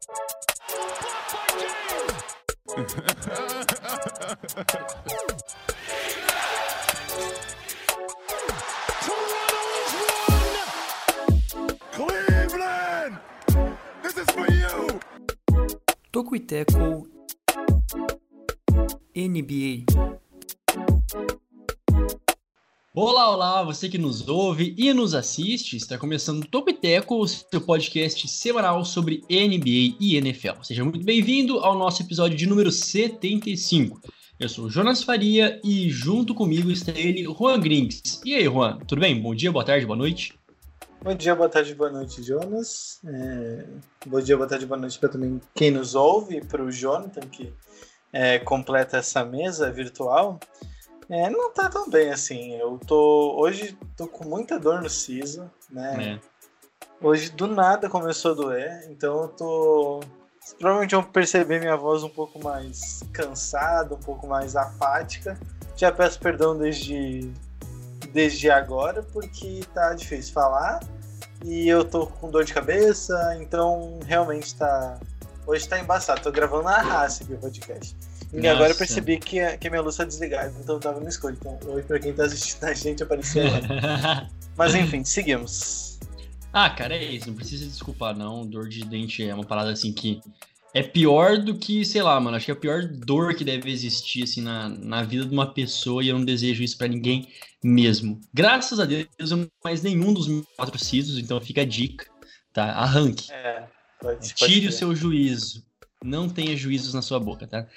Cleveland, this is for you. Toco e Teco NBA. Olá, olá, você que nos ouve e nos assiste, está começando o Toco e Teco, o seu podcast semanal sobre NBA e NFL. Seja muito bem-vindo ao nosso episódio de número 75. Eu sou o Jonas Faria e junto comigo está ele, Juan Grings. E aí, Juan, tudo bem? Bom dia, boa tarde, boa noite? Bom dia, boa tarde, boa noite, Jonas. Bom dia, boa tarde, boa noite para também quem nos ouve, para o Jonathan, que completa essa mesa virtual. Não tá tão bem assim. Hoje tô com muita dor no siso, né? Hoje do nada começou a doer, então provavelmente vão perceber minha voz um pouco mais cansada, um pouco mais apática. Já peço perdão desde agora, porque tá difícil falar e eu tô com dor de cabeça, então realmente hoje tá embaçado. Tô gravando na raça aqui o podcast. E agora eu percebi que a minha luz tá desligada, então eu tava no escuro. Então, oi pra quem tá assistindo a gente, apareceu agora. Mas enfim, seguimos. Cara, é isso, não precisa se desculpar não, dor de dente é uma parada assim que é pior do que, sei lá, mano, acho que é a pior dor que deve existir assim na vida de uma pessoa e eu não desejo isso pra ninguém mesmo. Graças a Deus eu não tenho mais nenhum dos meus 4 sisos, então fica a dica, tá? Arranque. Tire o seu juízo. Não tenha juízos na sua boca, tá?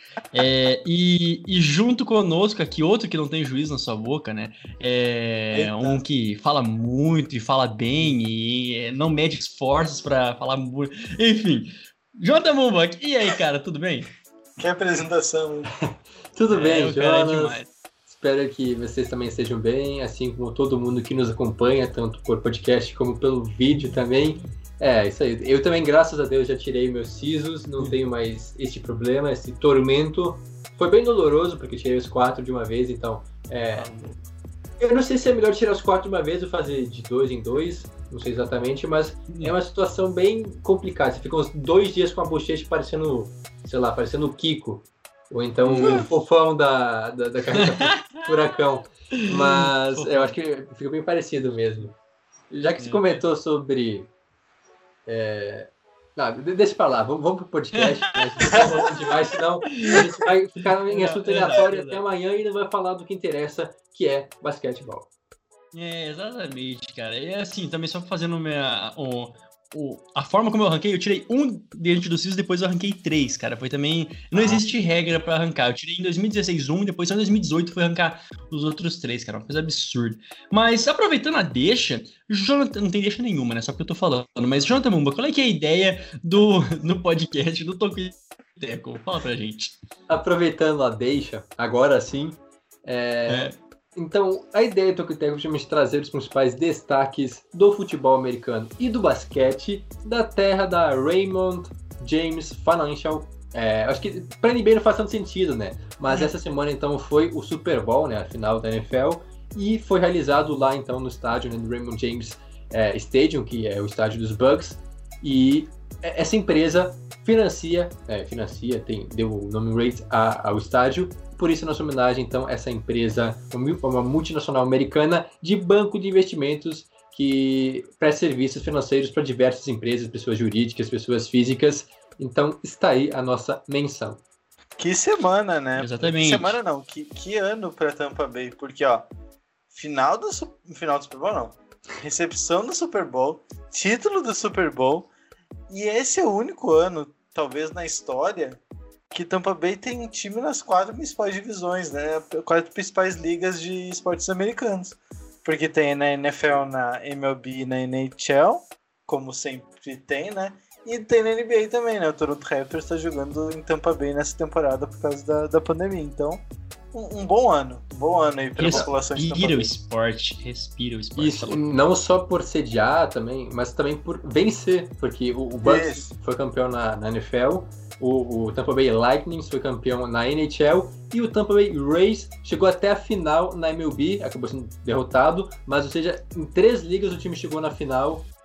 E junto conosco aqui, outro que não tem juízo na sua boca, né? Um que fala muito e fala bem e não mede esforços pra falar muito. Enfim, Jonathan Mumbach. E aí, cara, tudo bem? Que apresentação. Tudo bem, Jonas. Espero que vocês também estejam bem, assim como todo mundo que nos acompanha, tanto por podcast como pelo vídeo também. Isso aí. Eu também, graças a Deus, já tirei meus sisos, não tenho mais este problema, esse tormento. Foi bem doloroso, porque tirei os 4 de uma vez, então... Eu não sei se é melhor tirar os 4 de uma vez ou fazer de 2 em 2, não sei exatamente, mas é uma situação bem complicada. Você fica uns 2 dias com a bochecha parecendo, sei lá, parecendo o Kiko, ou então o fofão da carreta furacão. Mas eu acho que fica bem parecido mesmo. Já que você comentou sobre... Não, deixa pra lá, vamos pro podcast, a gente tá falando demais, senão a gente vai ficar em assunto aleatório até amanhã e não vai falar do que interessa, que é basquetebol. Exatamente, cara. E assim, também só fazendo a forma como eu arranquei, eu tirei 1 dentro do siso, depois eu arranquei 3, cara. Foi também... Não existe regra pra arrancar. Eu tirei em 2016 depois só em 2018 fui arrancar os outros 3, cara. Uma coisa absurda. Mas aproveitando a deixa, Jonathan, não tem deixa nenhuma, né? Só porque eu tô falando. Mas Jonathan Mumbach, qual é que é a ideia no podcast do Toco e Teco? Fala pra gente. Aproveitando a deixa, agora sim, Então, a ideia do Toco e Teco é trazer os principais destaques do futebol americano e do basquete da terra da Raymond James Financial. Acho que pra NBA não faz tanto sentido, né? Mas essa semana, então, foi o Super Bowl, né? A final da NFL. E foi realizado lá, então, no estádio, né, do Raymond James Stadium, que é o estádio dos Bucks. E essa empresa deu o nome Raid ao estádio. Por isso, nossa homenagem, então, essa empresa, uma multinacional americana de banco de investimentos que presta serviços financeiros para diversas empresas, pessoas jurídicas, pessoas físicas. Então, está aí a nossa menção. Que semana, né? Exatamente. Que semana não, que ano para Tampa Bay, porque, final do Super Bowl não, recepção do Super Bowl, título do Super Bowl, e esse é o único ano, talvez na história, que Tampa Bay tem time nas 4 principais divisões, né? 4 principais ligas de esportes americanos. Porque tem na NFL, na MLB e na NHL, como sempre tem, né? E tem na NBA também, né? O Toronto Raptors está jogando em Tampa Bay nessa temporada por causa da pandemia. Então, um bom ano aí para a população de Tampa Bay. Respira o esporte. Isso, não só por sediar também, mas também por vencer, porque o Bucks foi campeão na NFL, o Tampa Bay Lightning foi campeão na NHL e o Tampa Bay Rays chegou até a final na MLB, acabou sendo derrotado, mas, ou seja, em 3 ligas o time chegou na final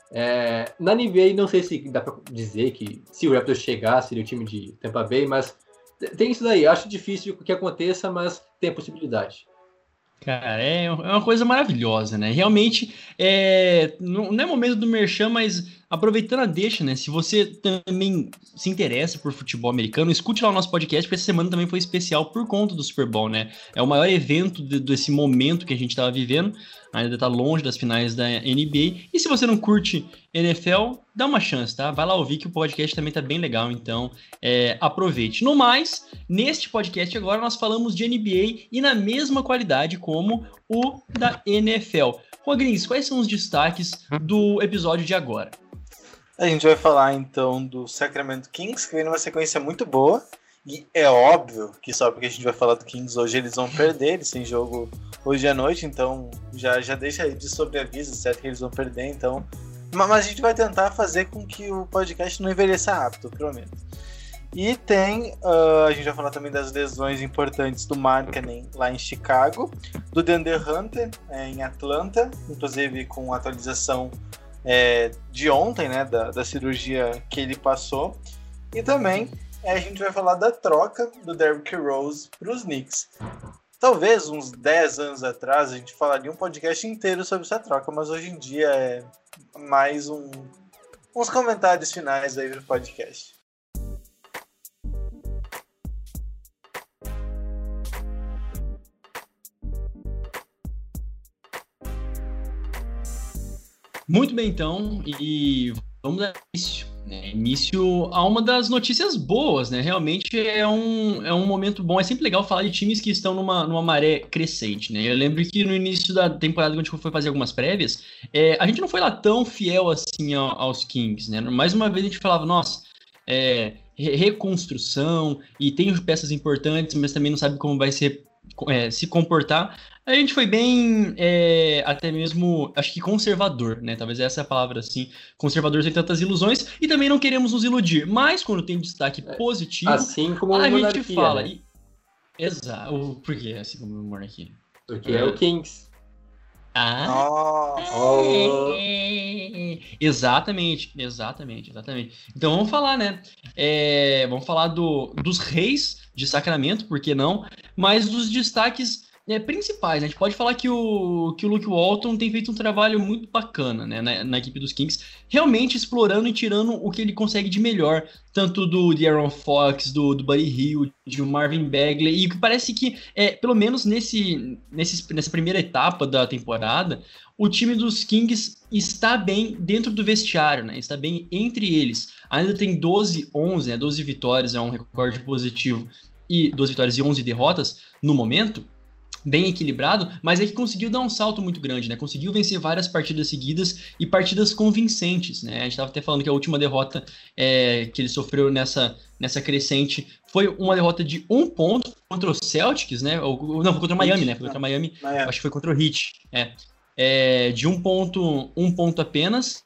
Na NBA, não sei se dá pra dizer que se o Raptors chegar, seria o time de Tampa Bay, mas tem isso daí. Acho difícil que aconteça, mas tem a possibilidade. Cara, é uma coisa maravilhosa, né? Realmente, não é momento do merchan, mas aproveitando a deixa, né? Se você também se interessa por futebol americano, escute lá o nosso podcast, porque essa semana também foi especial por conta do Super Bowl, né? É o maior evento desse momento que a gente estava vivendo, ainda tá longe das finais da NBA. E se você não curte NFL, dá uma chance, tá? Vai lá ouvir que o podcast também tá bem legal, então aproveite. No mais, neste podcast agora nós falamos de NBA e na mesma qualidade como o da NFL. Rodrigues, quais são os destaques do episódio de agora? A gente vai falar então do Sacramento Kings, que vem numa sequência muito boa. E é óbvio que só porque a gente vai falar do Kings hoje eles vão perder, eles têm jogo hoje à noite, então já deixa aí de sobreaviso, certo que eles vão perder, então. Mas a gente vai tentar fazer com que o podcast não envelheça rápido, prometo. E a gente vai falar também das lesões importantes do Markkanen lá em Chicago, do DeAndre Hunter em Atlanta, inclusive com atualização de ontem, né, da cirurgia que ele passou. E também a gente vai falar da troca do Derrick Rose para os Knicks. Talvez uns 10 anos atrás a gente falaria um podcast inteiro sobre essa troca, mas hoje em dia é mais uns comentários finais aí do podcast. Muito bem, então, e vamos dar início. Início a uma das notícias boas, né? Realmente é um momento bom. É sempre legal falar de times que estão numa maré crescente, né? Eu lembro que no início da temporada, quando a gente foi fazer algumas prévias, a gente não foi lá tão fiel assim aos Kings, né? Mais uma vez a gente falava, nossa, reconstrução, e tem peças importantes, mas também não sabe como vai ser se comportar. A gente foi bem, até mesmo, acho que conservador, né? Talvez essa é a palavra, assim, conservador sem tantas ilusões, e também não queremos nos iludir, mas quando tem destaque positivo, assim como a monarquia, gente fala. né? Exato. Por que assim como monarquia? Porque é o Kings. Exatamente. Então vamos falar, né? Vamos falar dos reis de Sacramento, por que não? Mas dos destaques principais, né? A gente pode falar que o Luke Walton tem feito um trabalho muito bacana, né, na equipe dos Kings, realmente explorando e tirando o que ele consegue de melhor, tanto do De'Aaron Fox, do Buddy Hield, do Marvin Bagley, e o que parece que, pelo menos nessa primeira etapa da temporada, o time dos Kings está bem dentro do vestiário, né? Está bem entre eles. Ainda tem 12-11, né? 12 vitórias é um recorde positivo, e 12 vitórias e 11 derrotas no momento, bem equilibrado, mas é que conseguiu dar um salto muito grande, né? Conseguiu vencer várias partidas seguidas e partidas convincentes, né? A gente estava até falando que a última derrota que ele sofreu nessa crescente foi uma derrota de 1 ponto contra o Celtics, né? Não, foi contra o Miami, né? Foi contra o Miami, acho que foi contra o Heat, de 1 ponto apenas.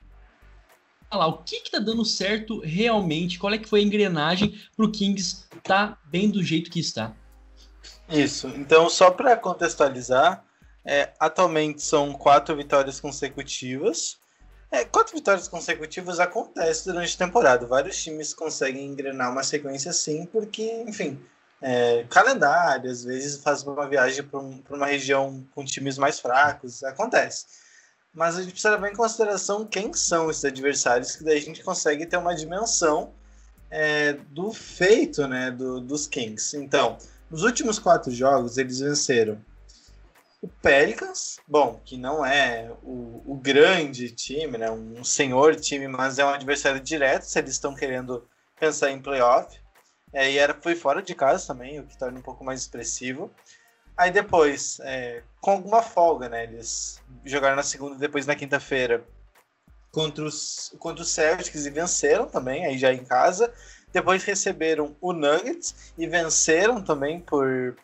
O que tá dando certo realmente? Qual é que foi a engrenagem pro Kings tá bem do jeito que está? Isso, então só para contextualizar, atualmente são 4 vitórias consecutivas. 4 vitórias consecutivas acontece durante a temporada. Vários times conseguem engrenar uma sequência assim, porque, enfim, calendário, às vezes faz uma viagem para uma região com times mais fracos, acontece. Mas a gente precisa levar em consideração quem são esses adversários, que daí a gente consegue ter uma dimensão do feito, né, dos Kings. Então, nos últimos 4 jogos, eles venceram o Pelicans, que não é o grande time, né, um senhor time, mas é um adversário direto, se eles estão querendo pensar em playoff. Foi fora de casa também, o que torna um pouco mais expressivo. Aí depois, com alguma folga, né, eles jogaram na segunda e depois na quinta-feira contra os Celtics e venceram também, aí já em casa. Depois receberam o Nuggets e venceram também por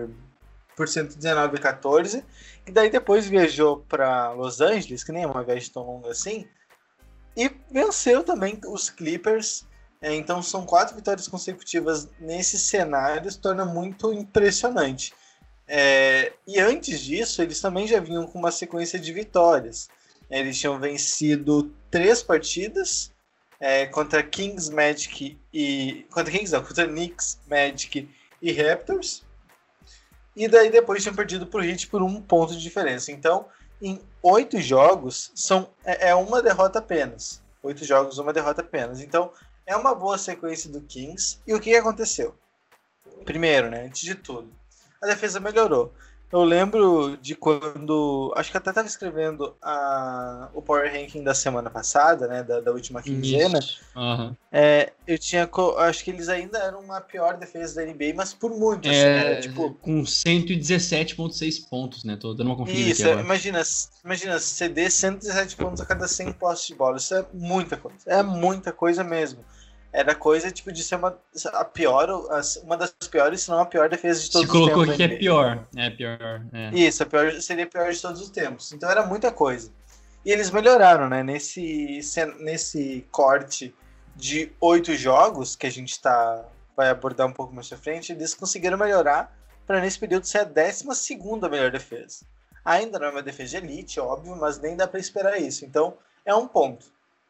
119-14. E daí depois viajou para Los Angeles, que nem é uma viagem tão longa assim, e venceu também os Clippers. Então são 4 vitórias consecutivas nesse cenário, se torna muito impressionante. E antes disso, eles também já vinham com uma sequência de vitórias. Eles tinham vencido 3 partidas contra Kings, Magic e... Contra Knicks, Magic e Raptors. E daí depois tinham perdido pro Heat por 1 ponto de diferença. Então, em 8 jogos, é uma derrota apenas. 8 jogos, uma derrota apenas. Então, é uma boa sequência do Kings. E o que aconteceu? Primeiro, né, antes de tudo, a defesa melhorou. Eu lembro de quando... Acho que eu até estava escrevendo o Power Ranking da semana passada, né? Da última quinzena. Uhum. Eu tinha... Acho que eles ainda eram a pior defesa da NBA, mas por muito. Assim, né? Tipo, com 117,6 pontos, né? Tô dando uma conferida isso, aqui agora. Imagina ceder 117 pontos a cada 100 postes de bola. Isso é muita coisa. É muita coisa mesmo. Era coisa tipo de ser uma das piores, se não a pior defesa de todos os tempos. Se colocou que é pior. É pior. Isso, seria a pior de todos os tempos. Então era muita coisa. E eles melhoraram, né? Nesse corte de 8 jogos, que a gente vai abordar um pouco mais pra frente, eles conseguiram melhorar para nesse período ser a 12ª melhor defesa. Ainda não é uma defesa de elite, óbvio, mas nem dá para esperar isso. Então é um ponto.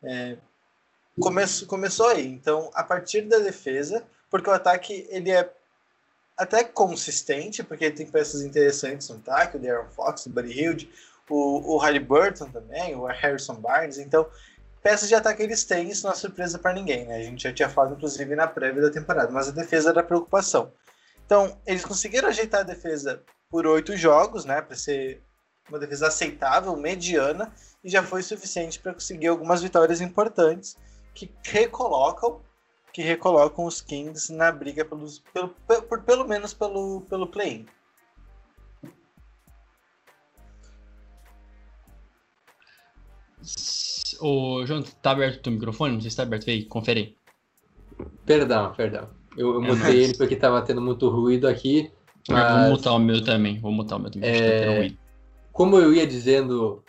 Começou aí. Então, a partir da defesa, porque o ataque ele é até consistente, porque ele tem peças interessantes no ataque, o De'Aaron Fox, o Buddy Hield, o Haliburton também, o Harrison Barnes. Então, peças de ataque eles têm, isso não é surpresa para ninguém, né? A gente já tinha falado, inclusive, na prévia da temporada, mas a defesa era a preocupação. Então, eles conseguiram ajeitar a defesa por 8 jogos, né? Para ser uma defesa aceitável, mediana, e já foi suficiente para conseguir algumas vitórias importantes que recolocam os Kings na briga pelo menos pelo play-in. Ô, João, tá aberto o teu microfone? Não sei se tá aberto aí, confere aí. Perdão. Eu mutei ele porque tava tendo muito ruído aqui. Mas... Vou mutar o meu também, acho que tá tendo ruído. Como eu ia dizendo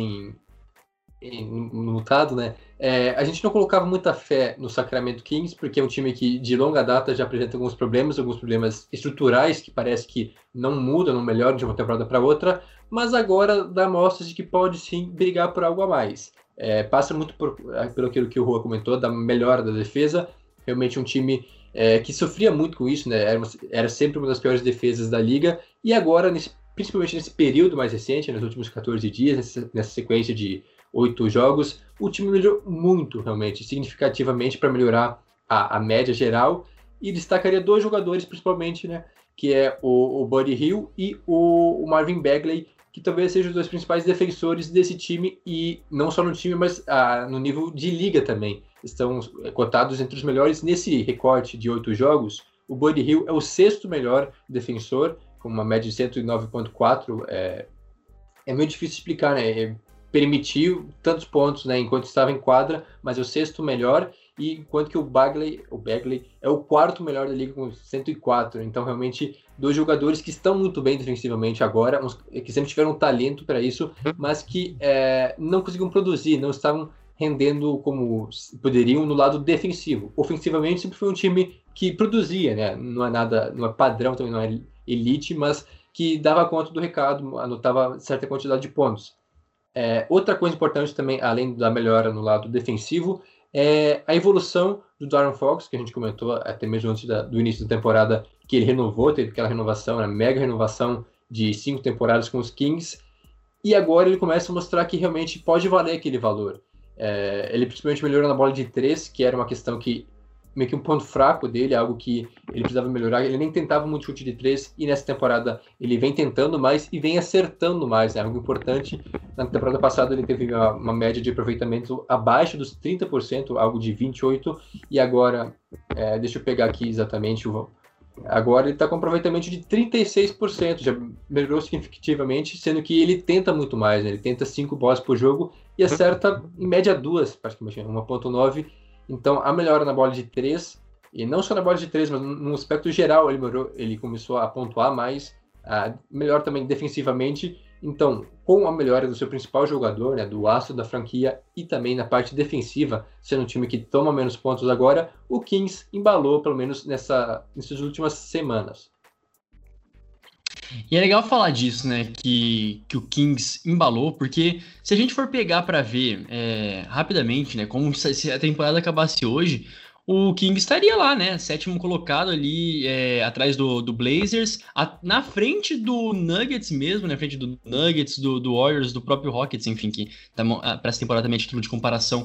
no mutado, né? A gente não colocava muita fé no Sacramento Kings, porque é um time que de longa data já apresenta alguns problemas estruturais que parece que não mudam, não melhoram de uma temporada para outra, mas agora dá mostras de que pode sim brigar por algo a mais. Passa muito pelo aquilo que o Rua comentou, da melhora da defesa, realmente um time que sofria muito com isso, né? Era sempre uma das piores defesas da liga, e agora, principalmente nesse período mais recente, nos últimos 14 dias, nessa sequência de 8 jogos, o time melhorou muito, realmente, significativamente para melhorar a média geral, e destacaria 2 jogadores principalmente, né, que é o Buddy Hield e o Marvin Bagley, que talvez sejam os 2 principais defensores desse time, e não só no time, mas no nível de liga também. Estão cotados entre os melhores nesse recorte de 8 jogos. O Buddy Hield é o 6º melhor defensor, com uma média de 109,4. É meio difícil explicar, né? Permitiu tantos pontos, né, enquanto estava em quadra, mas é o 6º melhor, e enquanto que o Bagley é o 4º melhor da liga com 104. Então, realmente, 2 jogadores que estão muito bem defensivamente agora, que sempre tiveram talento para isso, mas que não conseguiam produzir, não estavam rendendo como poderiam no lado defensivo. Ofensivamente, sempre foi um time que produzia, né? Não é padrão, também não é elite, mas que dava conta do recado, anotava certa quantidade de pontos. Outra coisa importante também, além da melhora no lado defensivo, é a evolução do De'Aaron Fox, que a gente comentou até mesmo antes do início da temporada, que ele renovou, teve aquela renovação, a mega renovação de 5 temporadas com os Kings, e agora ele começa a mostrar que realmente pode valer aquele valor. Ele principalmente melhorou na bola de 3, que era uma questão que meio que um ponto fraco dele, algo que ele precisava melhorar. Ele nem tentava muito chute de 3, e nessa temporada ele vem tentando mais e vem acertando mais, né? Algo importante. Na temporada passada ele teve uma média de aproveitamento abaixo dos 30%, algo de 28%, e agora, deixa eu pegar aqui exatamente, agora ele está com aproveitamento de 36%, já melhorou significativamente, sendo que ele tenta muito mais, né? Ele tenta 5 bolas por jogo e acerta em média 2, praticamente 1,9. Então, a melhora na bola de 3, e não só na bola de 3, mas no aspecto geral, ele começou a pontuar mais, melhor também defensivamente. Então, com a melhora do seu principal jogador, né, do astro da franquia, e também na parte defensiva, sendo um time que toma menos pontos agora, o Kings embalou, pelo menos nessas últimas semanas. E é legal falar disso, né, que o Kings embalou, porque se a gente for pegar pra ver rapidamente, né, como se a temporada acabasse hoje, o Kings estaria lá, né, 7º colocado ali, atrás do Blazers, na frente do Nuggets mesmo, na frente do Nuggets, do Warriors, do próprio Rockets, enfim, que para essa temporada também é título de comparação,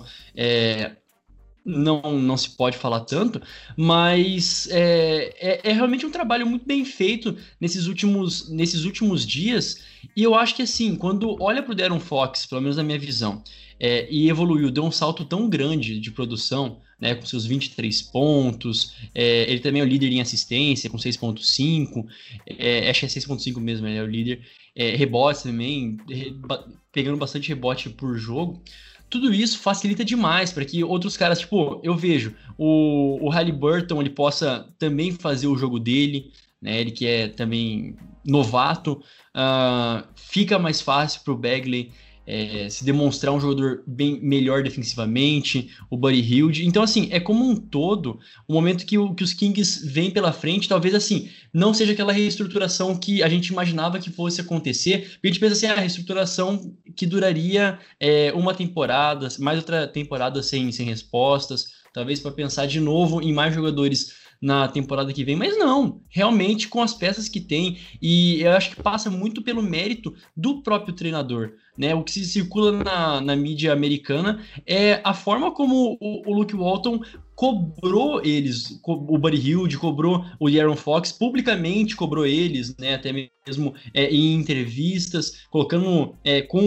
não se pode falar tanto, mas é realmente um trabalho muito bem feito nesses últimos dias, e eu acho que assim, quando olha para o De'Aaron Fox, pelo menos na minha visão, e evoluiu, deu um salto tão grande de produção, né, com seus 23 pontos, ele também é o líder em assistência, com 6.5, acho que é 6.5 mesmo, ele é o líder, rebotes também, pegando bastante rebote por jogo. Tudo isso facilita demais para que outros caras, tipo, eu vejo o Haliburton, ele possa também fazer o jogo dele, né? Ele que é também novato, fica mais fácil para o Bagley se demonstrar um jogador bem melhor defensivamente, o Buddy Hield. Então, assim, é como um todo, o momento que os Kings vêm pela frente, talvez, assim, não seja aquela reestruturação que a gente imaginava que fosse acontecer, porque a gente pensa assim, a reestruturação que duraria uma temporada, mais outra temporada sem respostas, talvez para pensar de novo em mais jogadores na temporada que vem, mas não, realmente com as peças que tem, e eu acho que passa muito pelo mérito do próprio treinador, né? O que se circula na mídia americana é a forma como o Luke Walton cobrou eles, o Buddy Hield, cobrou o De'Aaron Fox, publicamente cobrou eles, né? Até mesmo em entrevistas, colocando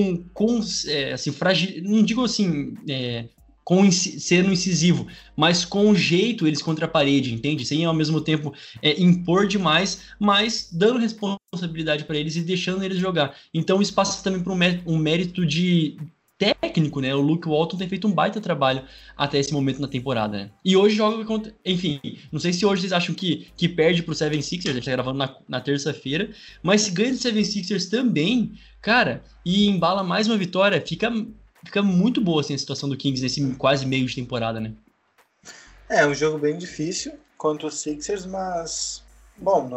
assim, não digo assim, sendo incisivo, mas com jeito eles contra a parede, entende? Sem ao mesmo tempo impor demais, mas dando responsabilidade para eles e deixando eles jogar. Então isso passa também por um mérito de técnico, né? O Luke Walton tem feito um baita trabalho até esse momento na temporada, né? E hoje joga contra... Enfim, não sei se hoje vocês acham que perde pro 76ers, a gente tá gravando na terça-feira, mas se ganha do 76ers também, cara, e embala mais uma vitória, fica muito boa assim, a situação do Kings nesse quase meio de temporada, né? É um jogo bem difícil contra os Sixers, mas bom,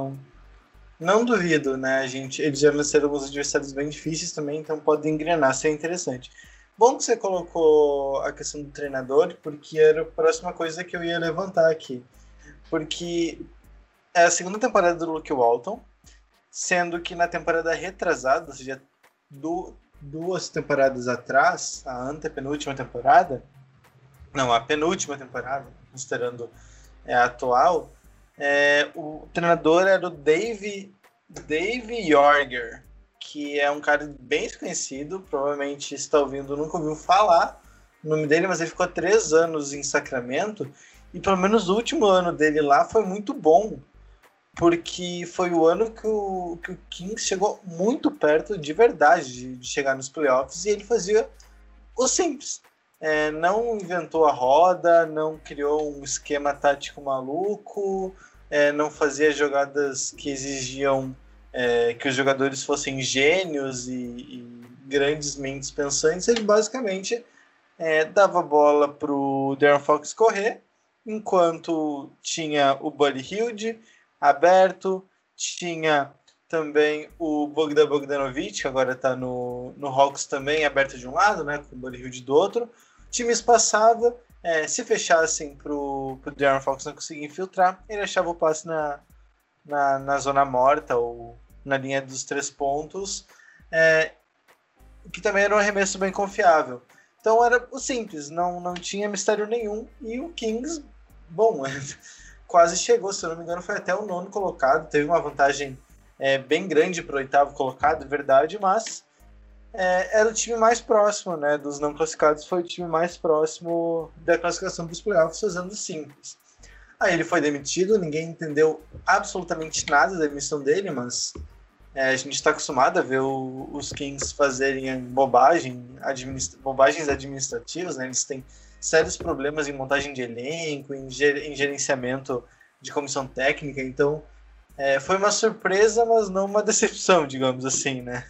não duvido, né? Eles já venceram alguns adversários bem difíceis também, então pode engrenar, ser interessante. Bom que você colocou a questão do treinador, porque era a próxima coisa que eu ia levantar aqui. Porque é a segunda temporada do Luke Walton, sendo que na temporada retrasada, ou seja, duas temporadas atrás, a antepenúltima temporada, não, a penúltima temporada, considerando a atual, o treinador era o Dave Jorger, que é um cara bem desconhecido, provavelmente está ouvindo, nunca ouviu falar o nome dele, mas ele ficou 3 anos em Sacramento, e pelo menos o último ano dele lá foi muito bom, porque foi o ano que o Kings chegou muito perto de verdade de chegar nos playoffs, e ele fazia o simples. Não inventou a roda, não criou um esquema tático maluco, não fazia jogadas que exigiam que os jogadores fossem gênios e grandes mentes pensantes. Ele basicamente dava a bola para o De'Aaron Fox correr, enquanto tinha o Buddy Hield aberto, tinha também o Bogdan Bogdanovic, que agora está no Hawks também, aberto de um lado, né, com o Buddy Hield do outro. O time espaçava, se fechassem para o De'Aaron Fox não conseguir infiltrar, ele achava o passe na zona morta ou na linha dos 3 pontos, que também era um arremesso bem confiável. Então era o simples, não tinha mistério nenhum, e o Kings, bom, quase chegou, se eu não me engano, foi até o 9º colocado, teve uma vantagem bem grande para o 8º colocado, verdade, mas era o time mais próximo, né, dos não classificados, foi o time mais próximo da classificação para os playoffs, fazendo simples. Aí ele foi demitido, ninguém entendeu absolutamente nada da demissão dele, mas a gente está acostumado a ver os Kings fazerem bobagens administrativas, né? Eles têm sérios problemas em montagem de elenco, em gerenciamento de comissão técnica, então foi uma surpresa, mas não uma decepção, digamos assim, né?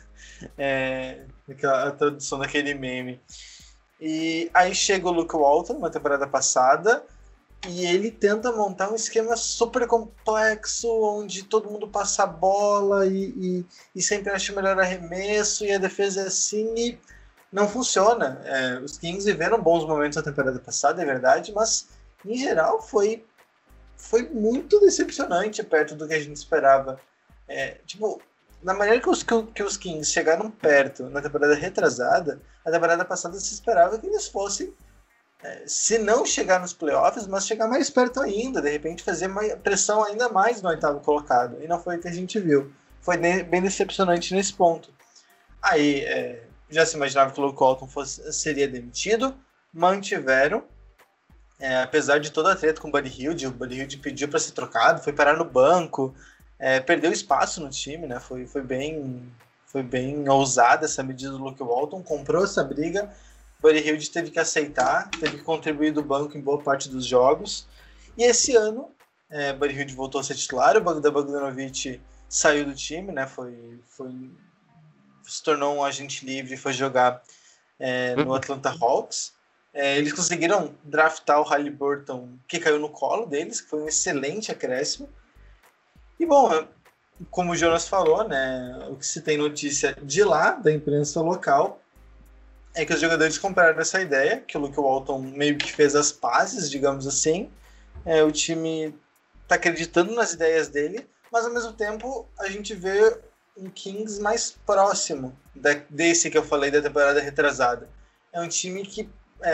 A tradução daquele meme. E aí chega o Luke Walton, na temporada passada, E ele tenta montar um esquema super complexo, onde todo mundo passa a bola e sempre acha o melhor arremesso, e a defesa é assim, e não funciona. Os Kings viveram bons momentos na temporada passada, é verdade, mas em geral foi muito decepcionante perto do que a gente esperava. Na maneira que os Kings chegaram perto na temporada retrasada, a temporada passada se esperava que eles fossem, se não chegar nos playoffs, mas chegar mais perto ainda, de repente fazer pressão ainda mais no 8º colocado. E não foi o que a gente viu. Foi bem decepcionante nesse ponto. Aí, já se imaginava que o Luke Walton seria demitido, mantiveram, apesar de toda a treta com o Buddy Hield. O Buddy Hield pediu para ser trocado, foi parar no banco, perdeu espaço no time, né? Foi bem ousada essa medida do Luke Walton, comprou essa briga. Buddy Hield teve que aceitar, teve que contribuir do banco em boa parte dos jogos. E esse ano, Buddy Hield voltou a ser titular, o Bogdanovic saiu do time, né? Se tornou um agente livre e foi jogar no Atlanta Hawks. Eles conseguiram draftar o Haliburton, que caiu no colo deles, que foi um excelente acréscimo. E bom, como o Jonas falou, né? O que se tem notícia de lá, da imprensa local, é que os jogadores compraram essa ideia, que o Luke Walton meio que fez as pazes, digamos assim. O time está acreditando nas ideias dele, mas ao mesmo tempo a gente vê um Kings mais próximo desse que eu falei da temporada retrasada. É um time que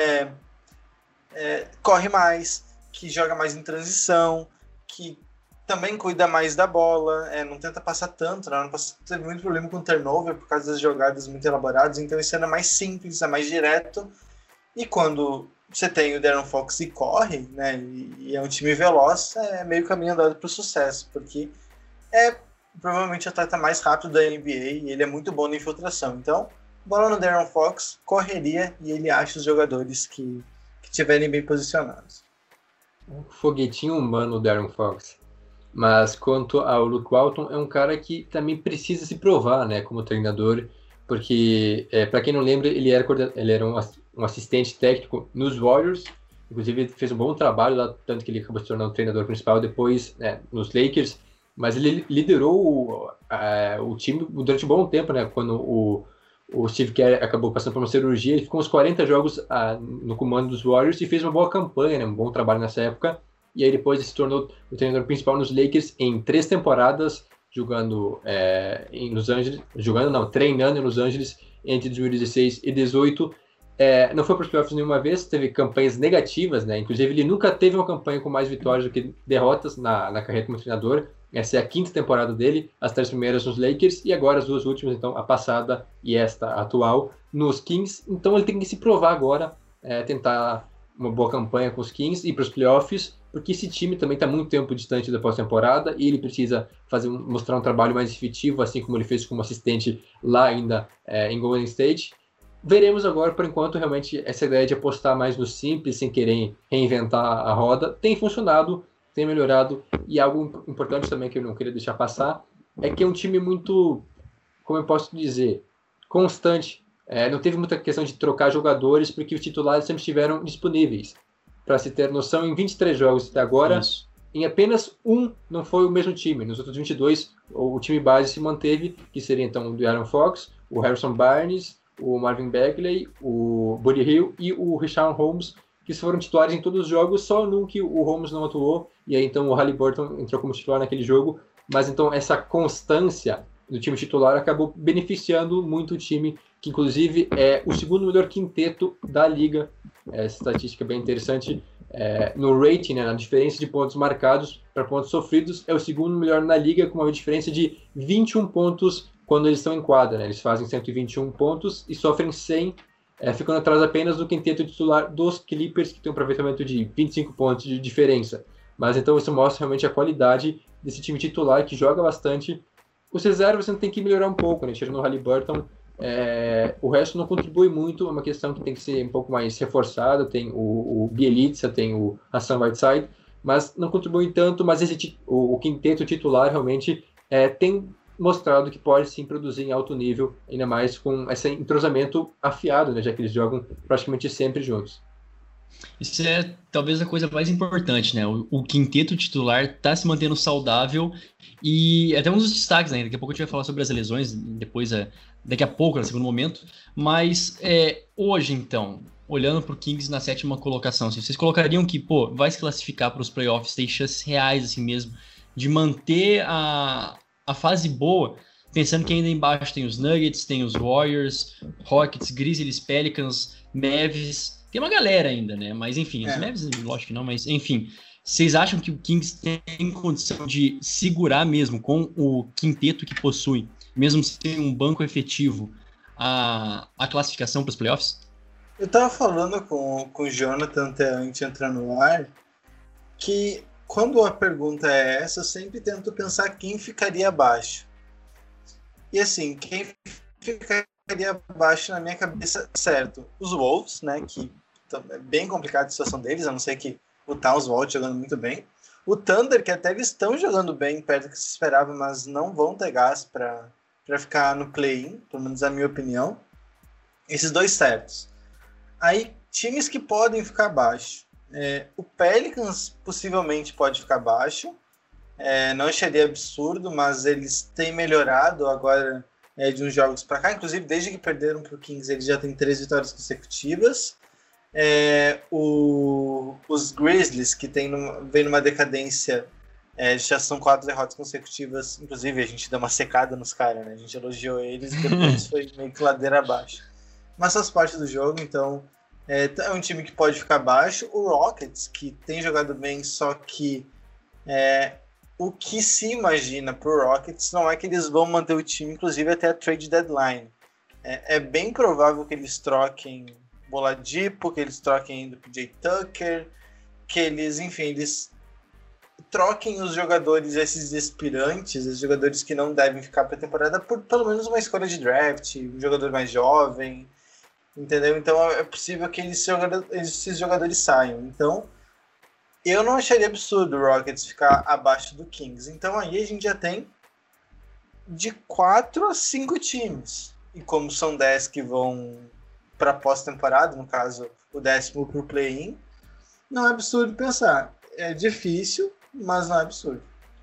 corre mais, que joga mais em transição, que também cuida mais da bola, não tenta passar tanto, né? Ano passado teve muito problema com turnover por causa das jogadas muito elaboradas, então esse ano é mais simples, é mais direto, e quando você tem o De'Aaron Fox e corre, né, e é um time veloz, é meio caminho andado para o sucesso, porque é provavelmente o atleta mais rápido da NBA e ele é muito bom na infiltração, então bola no De'Aaron Fox, correria, e ele acha os jogadores que estiverem bem posicionados. Um foguetinho humano o De'Aaron Fox. Mas quanto ao Luke Walton, é um cara que também precisa se provar, né, como treinador, porque, para quem não lembra, ele era um assistente técnico nos Warriors, inclusive ele fez um bom trabalho lá, tanto que ele acabou se tornando o treinador principal depois nos Lakers, mas ele liderou o time durante um bom tempo, né, quando o Steve Kerr acabou passando por uma cirurgia, ele ficou uns 40 jogos no comando dos Warriors e fez uma boa campanha, né, um bom trabalho nessa época. E aí depois ele se tornou o treinador principal nos Lakers em 3 temporadas, treinando em Los Angeles entre 2016 e 2018. Não foi para os playoffs nenhuma vez, teve campanhas negativas, né? Inclusive ele nunca teve uma campanha com mais vitórias do que derrotas na carreira como treinador. Essa é a 5ª temporada dele, as 3 primeiras nos Lakers e agora as 2 últimas, então a passada e esta atual nos Kings. Então ele tem que se provar agora, tentar uma boa campanha com os Kings e para os playoffs, porque esse time também está muito tempo distante da pós-temporada e ele precisa mostrar um trabalho mais efetivo, assim como ele fez como assistente lá ainda em Golden State. Veremos agora, por enquanto, realmente essa ideia de apostar mais no simples, sem querer reinventar a roda, tem funcionado, tem melhorado, e algo importante também que eu não queria deixar passar, é que é um time muito, como eu posso dizer, constante. Não teve muita questão de trocar jogadores, porque os titulares sempre estiveram disponíveis. Para se ter noção, em 23 jogos até agora, em apenas um não foi o mesmo time. Nos outros 22, o time base se manteve, que seria então o De'Aaron Fox, o Harrison Barnes, o Marvin Bagley, o Buddy Hield e o Richaun Holmes, que foram titulares em todos os jogos, só num que o Holmes não atuou, e aí então o Haliburton entrou como titular naquele jogo. Mas então essa constância do time titular acabou beneficiando muito o time, que inclusive é o segundo melhor quinteto da liga. Essa estatística é bem interessante. No rating, né, na diferença de pontos marcados para pontos sofridos, é o segundo melhor na liga, com uma diferença de 21 pontos quando eles estão em quadra, né? Eles fazem 121 pontos e sofrem 100, ficando atrás apenas do quinteto titular dos Clippers, que tem um aproveitamento de 25 pontos de diferença. Mas então isso mostra realmente a qualidade desse time titular, que joga bastante. Os reservas você tem que melhorar um pouco, né? Tirando o Haliburton, o resto não contribui muito, é uma questão que tem que ser um pouco mais reforçada. Tem o Bjelica, tem o Hassan Whiteside, mas não contribui tanto. Mas o quinteto titular realmente tem mostrado que pode sim produzir em alto nível, ainda mais com esse entrosamento afiado, né, já que eles jogam praticamente sempre juntos. Isso é talvez a coisa mais importante, né? O quinteto titular tá se mantendo saudável e até um dos destaques, né? Daqui a pouco a gente vai falar sobre as lesões, daqui a pouco, no segundo momento. Mas hoje, então, olhando pro Kings na 7ª colocação, vocês colocariam que, vai se classificar para os playoffs, tem chances reais, assim mesmo, de manter a fase boa, pensando que ainda embaixo tem os Nuggets, tem os Warriors, Rockets, Grizzlies, Pelicans, Mavs, tem uma galera ainda, né? Mas enfim, os Mavs, lógico que não, mas enfim, vocês acham que o Kings tem condição de segurar mesmo com o quinteto que possui, mesmo sem um banco efetivo, a classificação para os playoffs? Eu tava falando com o Jonathan até antes de entrar no ar, que quando a pergunta é essa, eu sempre tento pensar quem ficaria abaixo. E assim, quem ficaria abaixo na minha cabeça, certo, os Wolves, né, que é bem complicada a situação deles, a não ser que o Towns volte jogando muito bem. O Thunder, que até eles estão jogando bem, perto do que se esperava, mas não vão ter gás para ficar no play-in, pelo menos a minha opinião. Esses dois certos. Aí, times que podem ficar abaixo. O Pelicans possivelmente pode ficar abaixo. Não acharia absurdo, mas eles têm melhorado agora de uns jogos para cá. Inclusive, desde que perderam para o Kings, eles já têm 3 vitórias consecutivas. Os Grizzlies, que vem numa decadência, já são 4 derrotas consecutivas. Inclusive, a gente deu uma secada nos caras, né? A gente elogiou eles e depois foi meio que ladeira abaixo. Mas faz parte do jogo, então é um time que pode ficar abaixo. O Rockets, que tem jogado bem, só que o que se imagina pro Rockets não é que eles vão manter o time, inclusive até a trade deadline. É bem provável que eles troquem Oladipo, que eles troquem ainda o PJ Tucker, que eles troquem os jogadores, esses aspirantes, os jogadores que não devem ficar para a temporada, por pelo menos uma escolha de draft, um jogador mais jovem, entendeu? Então é possível que esses jogadores saiam. Então eu não acharia absurdo o Rockets ficar abaixo do Kings. Então aí a gente já tem de 4 a 5 times. E como são 10 que vão para pós-temporada, no caso o 10º para o play-in, não é absurdo pensar. É difícil, mas não é absurdo.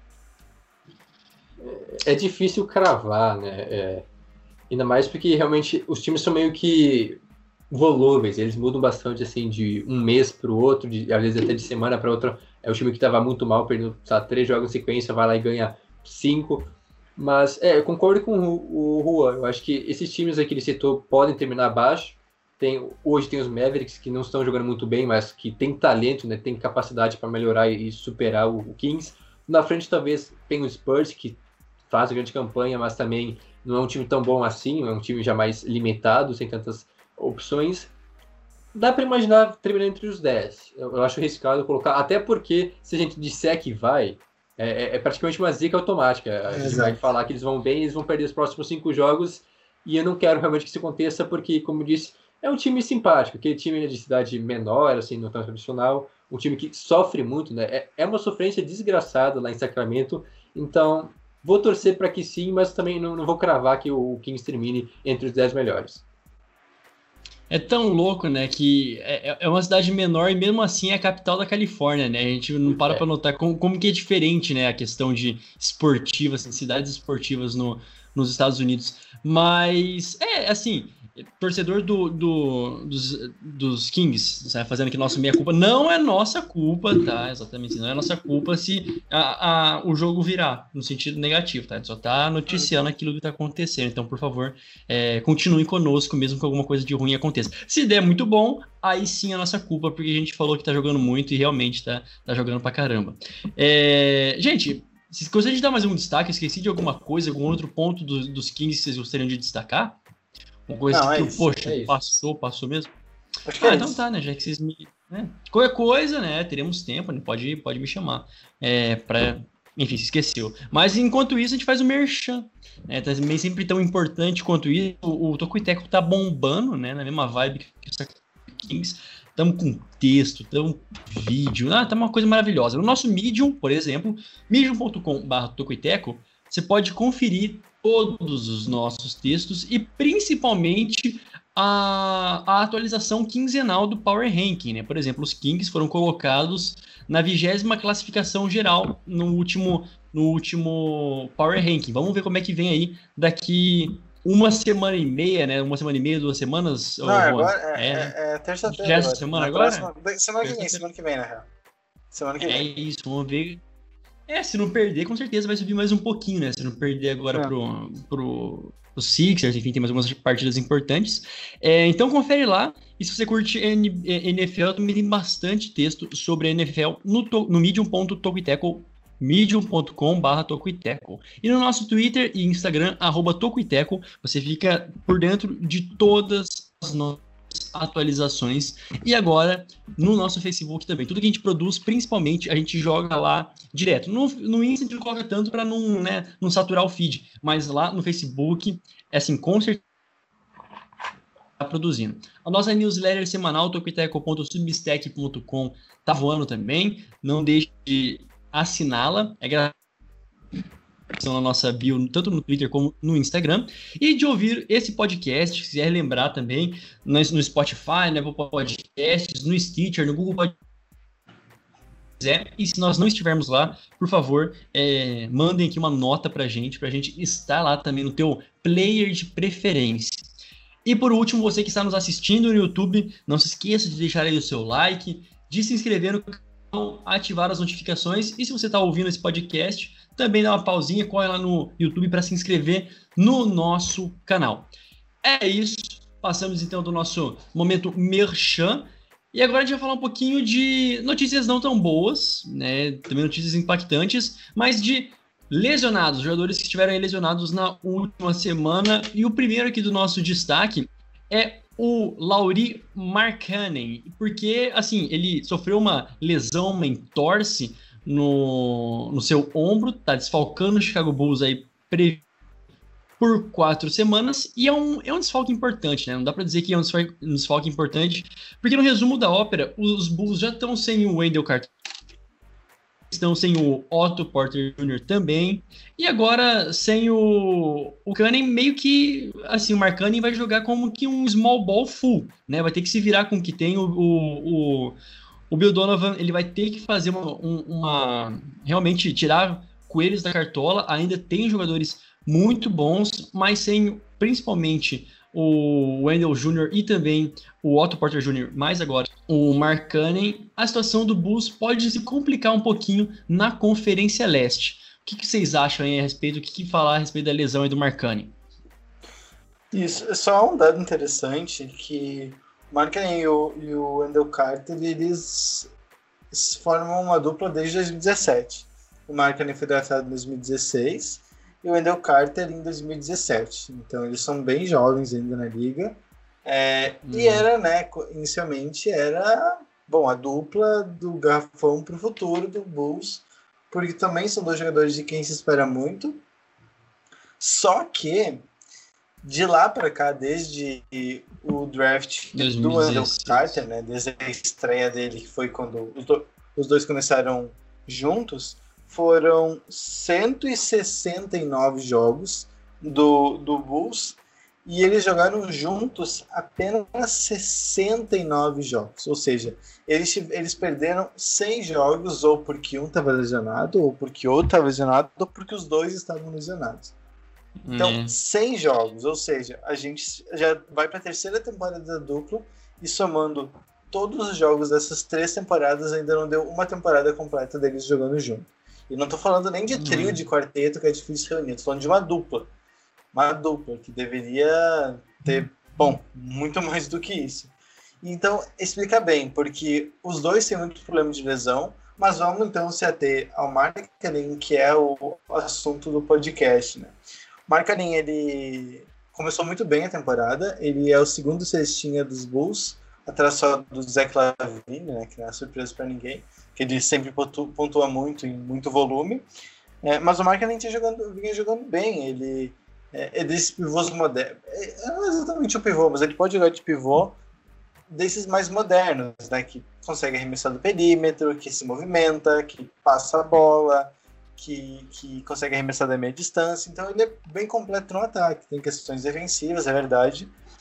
É difícil cravar, né? Ainda mais porque realmente os times são meio que volúveis, eles mudam bastante assim de um mês para o outro, às vezes até de semana para outra. É o time que estava muito mal, perdendo 3 jogos em sequência, vai lá e ganha 5. Mas eu concordo com o Juan. Eu acho que esses times aqui que ele citou podem terminar abaixo. Hoje tem os Mavericks, que não estão jogando muito bem, mas que tem talento, né? Tem capacidade para melhorar e superar o Kings. Na frente talvez tem o Spurs, que faz grande campanha, mas também não é um time tão bom assim, é um time já mais limitado, sem tantas opções. Dá para imaginar terminar entre os 10. Eu acho arriscado colocar, até porque se a gente disser que vai, é praticamente uma zica automática. A gente vai falar que eles vão bem, eles vão perder os próximos 5 jogos, e eu não quero realmente que isso aconteça, porque, como eu disse, é um time simpático, aquele time de cidade menor, assim, não tão tradicional, um time que sofre muito, né? É uma sofrência desgraçada lá em Sacramento, então vou torcer para que sim, mas também não vou cravar que o Kings termine entre os 10 melhores. É tão louco, né, que é uma cidade menor e mesmo assim é a capital da Califórnia, né? A gente não para notar como que é diferente, né, a questão de esportivas, assim, cidades esportivas nos Estados Unidos. Mas, assim, torcedor dos Kings, sabe, fazendo aqui nossa meia-culpa, não é nossa culpa, tá? Exatamente, não é nossa culpa se o jogo virar no sentido negativo, tá? A gente só tá noticiando aquilo que tá acontecendo. Então, por favor, continue conosco, mesmo que alguma coisa de ruim aconteça. Se der muito bom, aí sim é nossa culpa, porque a gente falou que tá jogando muito e realmente tá jogando pra caramba. Gente, se gostaria de dar mais um destaque, esqueci de alguma coisa, algum outro ponto dos Kings que vocês gostariam de destacar? Uma coisa passou mesmo? Então tá, né? Já que vocês me... Qualquer coisa, né? Teremos tempo, né? Pode me chamar. Enfim, se esqueceu. Mas enquanto isso, a gente faz o merchan. Também sempre tão importante quanto isso. O Toco e Teco tá bombando, né? Na mesma vibe que o Kings. Estamos com texto, estamos com vídeo. Tá uma coisa maravilhosa. No nosso Medium, por exemplo, medium.com/tocoiteco, você pode conferir todos os nossos textos e principalmente a atualização quinzenal do Power Ranking, né? Por exemplo, os Kings foram colocados na 20ª classificação geral no último Power Ranking. Vamos ver como é que vem aí daqui uma semana e meia, né? 2 semanas? Não, agora é terça-feira. Já essa semana agora? Semana que vem, na real. Semana que vem. É isso, vamos ver. Se não perder, com certeza vai subir mais um pouquinho, né? Se não perder agora pro Sixers, enfim, tem mais algumas partidas importantes. Então confere lá. E se você curte NFL, também tem bastante texto sobre a NFL no medium.tocoiteco, medium.com/tocoiteco. E no nosso Twitter e Instagram, @tocoiteco, você fica por dentro de todas as nossas atualizações. E agora, no nosso Facebook também. Tudo que a gente produz, principalmente, a gente joga lá direto. No Insta a gente não coloca tanto para não saturar o feed. Mas lá no Facebook, assim, com certeza tá produzindo. A nossa newsletter semanal, tocoiteco.substack.com, tá voando também. Não deixe de assiná-la. É gratuito na nossa bio, tanto no Twitter como no Instagram, e de ouvir esse podcast, se quiser lembrar também, no Spotify, no Apple Podcasts, no Stitcher, no Google Podcasts. E se nós não estivermos lá, por favor, mandem aqui uma nota pra gente estar lá também no teu player de preferência. E por último, você que está nos assistindo no YouTube, não se esqueça de deixar aí o seu like, de se inscrever no canal, ativar as notificações, e se você está ouvindo esse podcast, também dá uma pausinha, corre lá no YouTube para se inscrever no nosso canal. É isso, passamos então do nosso momento merchan, e agora a gente vai falar um pouquinho de notícias não tão boas, né? Também notícias impactantes, mas de lesionados, jogadores que estiveram lesionados na última semana, e o primeiro aqui do nosso destaque é o Lauri Markkanen, porque assim, ele sofreu uma lesão, uma entorse no seu ombro, tá desfalcando o Chicago Bulls aí por 4 semanas, e é um desfalque importante, né? Não dá pra dizer que é um desfalque importante, porque no resumo da ópera, os Bulls já estão sem o Wendell Carter, estão sem o Otto Porter Jr. também, e agora sem o Markkanen, meio que, assim, o Markkanen vai jogar como que um small ball full, né? Vai ter que se virar com o que tem o Bill Donovan, ele vai ter que fazer realmente tirar coelhos da cartola. Ainda tem jogadores muito bons, mas sem principalmente o Wendell Jr. e também o Otto Porter Jr., mais agora o Markkanen, a situação do Bulls pode se complicar um pouquinho na Conferência Leste. O que vocês acham aí a respeito? O que falar a respeito da lesão aí do Markkanen? Isso, é só um dado interessante que o Markkanen e o Wendell Carter, eles formam uma dupla desde 2017. O Markkanen foi draftado em 2016 e o Wendell Carter em 2017. Então eles são bem jovens ainda na liga. E era, né, inicialmente era, a dupla do garrafão para o futuro do Bulls, porque também são 2 jogadores de quem se espera muito. Só que de lá para cá, desde o draft 2016. Do Wendell Carter, né, desde a estreia dele, que foi quando os dois começaram juntos, foram 169 jogos do Bulls, e eles jogaram juntos apenas 69 jogos. Ou seja, eles perderam 100 jogos, ou porque um estava lesionado, ou porque o outro estava lesionado, ou porque os dois estavam lesionados. Então, 100 jogos, ou seja, a gente já vai para a 3ª temporada da dupla, e somando todos os jogos dessas 3 temporadas, ainda não deu uma temporada completa deles jogando junto. E não estou falando nem de trio, de quarteto, que é difícil reunir, estou falando de uma dupla. Uma dupla que deveria ter, muito mais do que isso. Então, explica bem, porque os dois têm muitos problemas de lesão, mas vamos então se ater ao Markkanen, que é o assunto do podcast, né? O Markkanen, ele começou muito bem a temporada, ele é o 2º cestinha dos Bulls, atrás só do Zach LaVine, né, que não é surpresa para ninguém, que ele sempre pontua muito, em muito volume, mas o Markkanen vinha jogando bem, ele é desses pivôs modernos, não é exatamente o pivô, mas ele pode jogar de pivô desses mais modernos, né, que consegue arremessar do perímetro, que se movimenta, que passa a bola, que consegue arremessar da meia distância. Então ele é bem completo no ataque, tem questões defensivas, é verdade,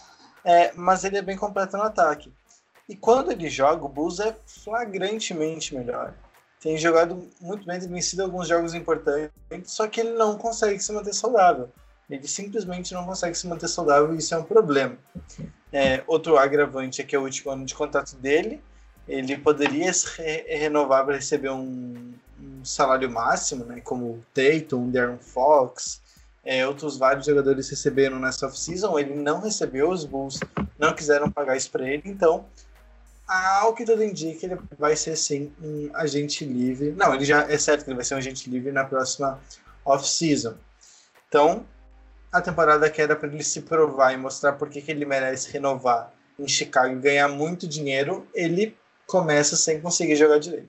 mas ele é bem completo no ataque. E quando ele joga, o Bulls é flagrantemente melhor. Tem jogado muito bem, tem vencido alguns jogos importantes, só que ele não consegue se manter saudável. Ele simplesmente não consegue se manter saudável e isso é um problema. Outro agravante é que é o último ano de contrato dele. Ele poderia renovar para receber um salário máximo, né, como o Tatum, De'Aaron Fox, outros vários jogadores receberam nessa off-season. Ele não recebeu, os Bulls não quiseram pagar isso para ele, então ao que tudo indica, ele vai ser sim um agente livre. Não, ele já é certo que ele vai ser um agente livre na próxima off-season. Então, a temporada que era para ele se provar e mostrar por que ele merece renovar em Chicago e ganhar muito dinheiro, ele começa sem conseguir jogar direito.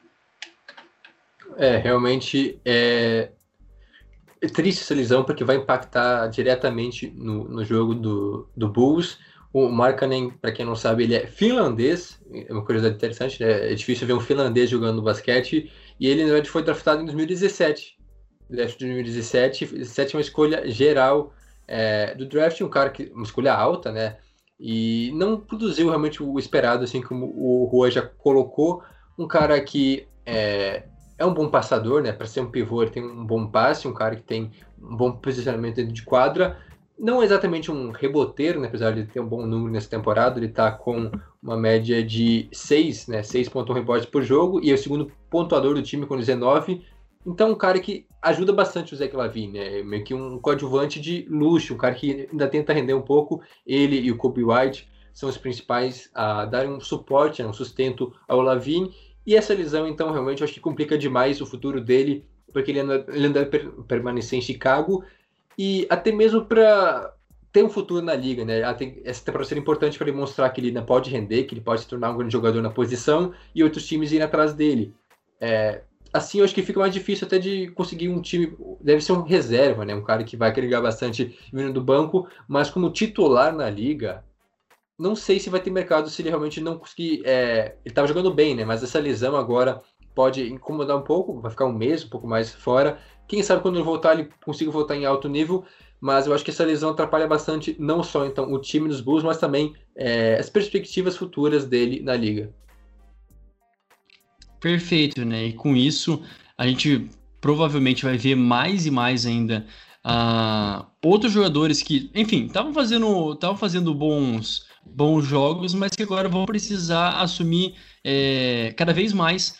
Realmente é triste essa lesão, porque vai impactar diretamente no jogo do Bulls. O Markkanen, para quem não sabe, ele é finlandês, é uma curiosidade interessante, né? É difícil ver um finlandês jogando basquete, e ele, na verdade, foi draftado em 2017. Draft de 2017, sétima escolha geral do draft, um cara uma escolha alta, né? E não produziu realmente o esperado, assim como o Rua já colocou. Um cara que é um bom passador, né? Para ser um pivô, ele tem um bom passe, um cara que tem um bom posicionamento dentro de quadra. Não exatamente um reboteiro, né? Apesar de ter um bom número nessa temporada, ele está com uma média de 6, né? 6,1 rebotes por jogo, e é o segundo pontuador do time com 19. Então, um cara que ajuda bastante o Zach LaVine, né? Meio que um coadjuvante de luxo, um cara que ainda tenta render um pouco. Ele e o Kobe White são os principais a darem um suporte, um sustento ao LaVine. E essa lesão, então, realmente, eu acho que complica demais o futuro dele, porque ele ainda deve permanecer em Chicago, e até mesmo para ter um futuro na liga, né? Essa temporada seria importante para ele mostrar que ele ainda pode render, que ele pode se tornar um grande jogador na posição, e outros times irem atrás dele. Assim, eu acho que fica mais difícil até de conseguir um time. Deve ser um reserva, né? Um cara que vai agregar bastante vindo do banco, mas como titular na liga, não sei se vai ter mercado se ele realmente não conseguir. Ele estava jogando bem, né? Mas essa lesão agora pode incomodar um pouco, vai ficar um mês, um pouco mais fora. Quem sabe quando ele voltar, ele consiga voltar em alto nível, mas eu acho que essa lesão atrapalha bastante, não só então o time dos Bulls, mas também as perspectivas futuras dele na liga. Perfeito, né? E com isso, a gente provavelmente vai ver mais e mais ainda outros jogadores que, enfim, estavam fazendo bons jogos, mas que agora vão precisar assumir cada vez mais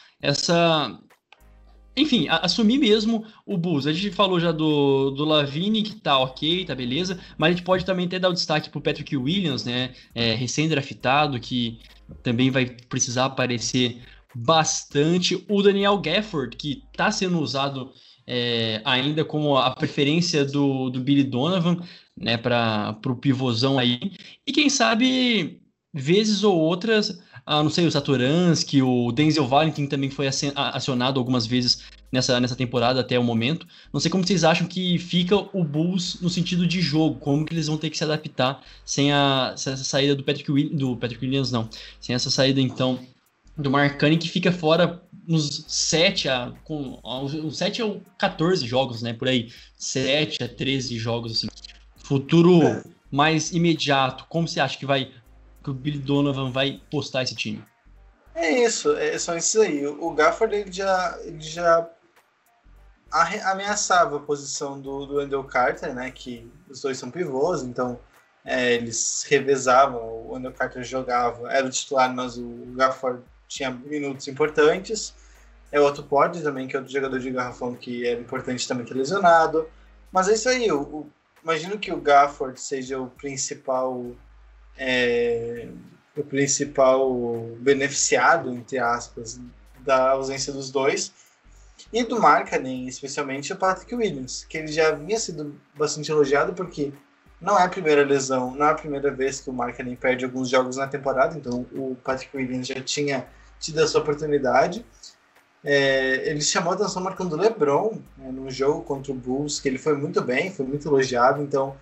assumir mesmo o Bulls. A gente falou já do LaVine, que tá ok, tá beleza, mas a gente pode também até dar o destaque pro Patrick Williams, né? Recém-draftado, que também vai precisar aparecer bastante. O Daniel Gafford, que está sendo usado ainda como a preferência do Billy Donovan, né, para o pivôzão aí. E quem sabe, vezes ou outras, não sei, o Satoransky, o Denzel Valentin também foi acionado algumas vezes nessa temporada até o momento. Não sei como vocês acham que fica o Bulls no sentido de jogo, como que eles vão ter que se adaptar sem essa saída do Patrick Williams, não. Sem essa saída, então, do Markkanen, que fica fora uns 7 ou 14 jogos, né, por aí, 7 a 13 jogos, assim. Futuro mais imediato, como você acha que o Billy Donovan vai postar esse time? É isso, só isso aí. O Gafford, ele já ameaçava a posição do Wendell Carter, né, que os dois são pivôs, então eles revezavam, o Wendell Carter jogava, era o titular, mas o Gafford tinha minutos importantes. O Otto Porter também, que é outro jogador de garrafão que era importante também, que é lesionado. Mas é isso aí, imagino que o Gafford seja o principal beneficiado, entre aspas, da ausência dos dois. E do Markkanen, especialmente o Patrick Williams, que ele já havia sido bastante elogiado, porque não é a primeira lesão, não é a primeira vez que o Markkanen perde alguns jogos na temporada, então o Patrick Williams já tinha tido essa oportunidade. Ele chamou a atenção marcando o LeBron, no jogo contra o Bulls, que ele foi muito bem, foi muito elogiado, então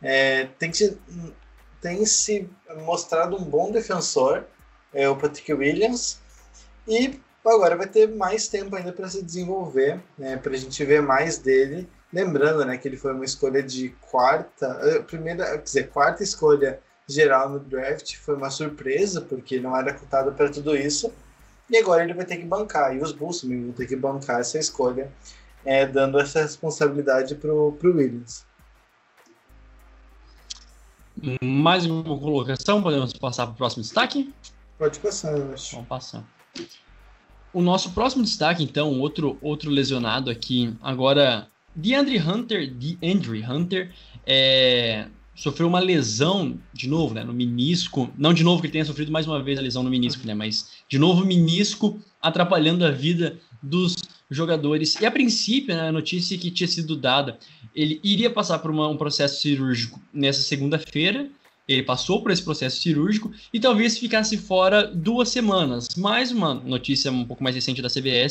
tem se mostrado um bom defensor, o Patrick Williams, e agora vai ter mais tempo ainda para se desenvolver, para a gente ver mais dele. Lembrando, né, que ele foi uma escolha de quarta escolha geral no draft, foi uma surpresa, porque não era cotado para tudo isso, e agora ele vai ter que bancar, e os Bulls também vão ter que bancar essa escolha, dando essa responsabilidade pro Williams. Mais uma colocação, podemos passar para o próximo destaque? Pode passar, eu acho. Vamos passar. O nosso próximo destaque, então, outro lesionado aqui, agora, DeAndre Hunter, sofreu uma lesão, de novo, né, no menisco, não de novo que ele tenha sofrido mais uma vez a lesão no menisco, né, mas de novo o menisco atrapalhando a vida dos jogadores. E a princípio, né, a notícia que tinha sido dada, ele iria passar por um processo cirúrgico nessa segunda-feira, ele passou por esse processo cirúrgico e talvez ficasse fora 2 semanas. Mais uma notícia um pouco mais recente da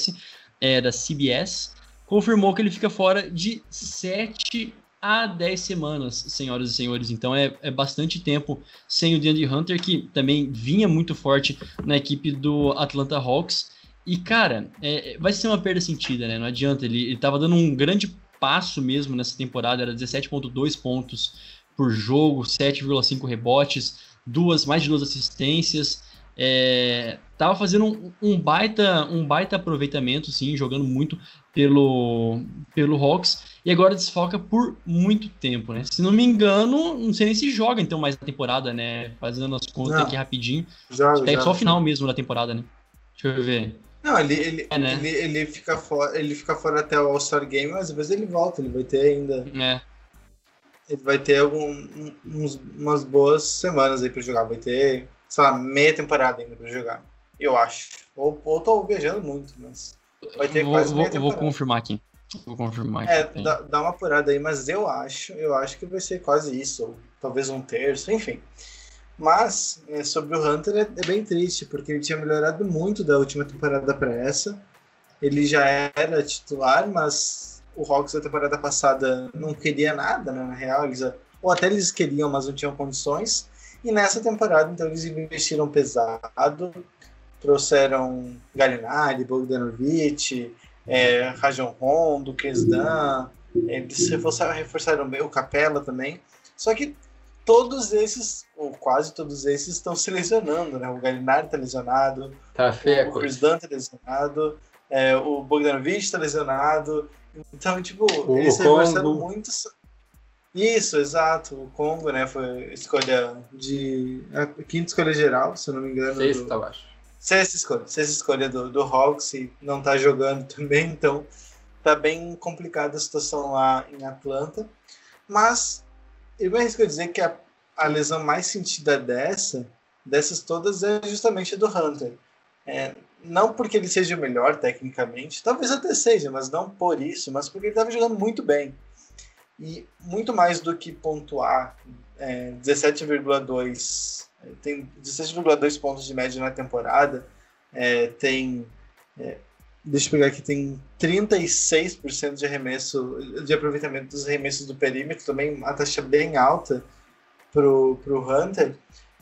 CBS, confirmou que ele fica fora de 7 a 10 semanas, senhoras e senhores. Então é bastante tempo sem o DeAndre Hunter, que também vinha muito forte na equipe do Atlanta Hawks. E, cara, vai ser uma perda sentida, né? Não adianta, ele estava dando um grande passo mesmo nessa temporada, era 17,2 pontos por jogo, 7,5 rebotes, mais de 2 assistências, tava fazendo um baita aproveitamento, sim, jogando muito pelo Hawks, e agora desfoca por muito tempo, né? Se não me engano, não sei nem se joga então mais na temporada, né? Fazendo as contas aqui rapidinho, pega só o final mesmo da temporada, né? Deixa eu ver. Não, ele fica fora até o All-Star Game, mas às vezes ele volta, ele vai ter ainda... Ele vai ter umas boas semanas aí pra jogar. Vai ter, sei lá, meia temporada ainda pra jogar. Eu acho. Ou tô viajando muito, mas vai ter quase meia temporada. Vou confirmar aqui. Dá uma apurada aí, mas eu acho que vai ser quase isso. Ou talvez um terço, enfim. Mas, sobre o Hunter, é bem triste, porque ele tinha melhorado muito da última temporada pra essa. Ele já era titular, mas... O Hawks da temporada passada não queria nada, né, na real, ou até eles queriam, mas não tinham condições. E nessa temporada, então, eles investiram pesado, trouxeram Gallinari, Bogdanovic, Rajon Rondo, Chris Dunn, eles reforçaram bem o Capela também. Só que todos esses, ou quase todos esses, estão se lesionando, né? O Gallinari está lesionado, o Chris Dunn está lesionado, o Bogdanovic está lesionado. Então, tipo, eles reforçaram muito. Isso, exato. O Congo, né, foi a quinta escolha geral, se eu não me engano. Sexta, eu acho. Sexta escolha do Hawks, e não tá jogando também, então tá bem complicada a situação lá em Atlanta. Mas eu me arrisco a dizer que a lesão mais sentida dessas todas é justamente a do Hunter. Não porque ele seja o melhor tecnicamente, talvez até seja, mas não por isso, mas porque ele estava jogando muito bem. E muito mais do que pontuar 17,2 tem 17,2 pontos de média na temporada, deixa eu pegar aqui, tem 36% de aproveitamento dos arremessos do perímetro, também uma taxa bem alta pro Hunter.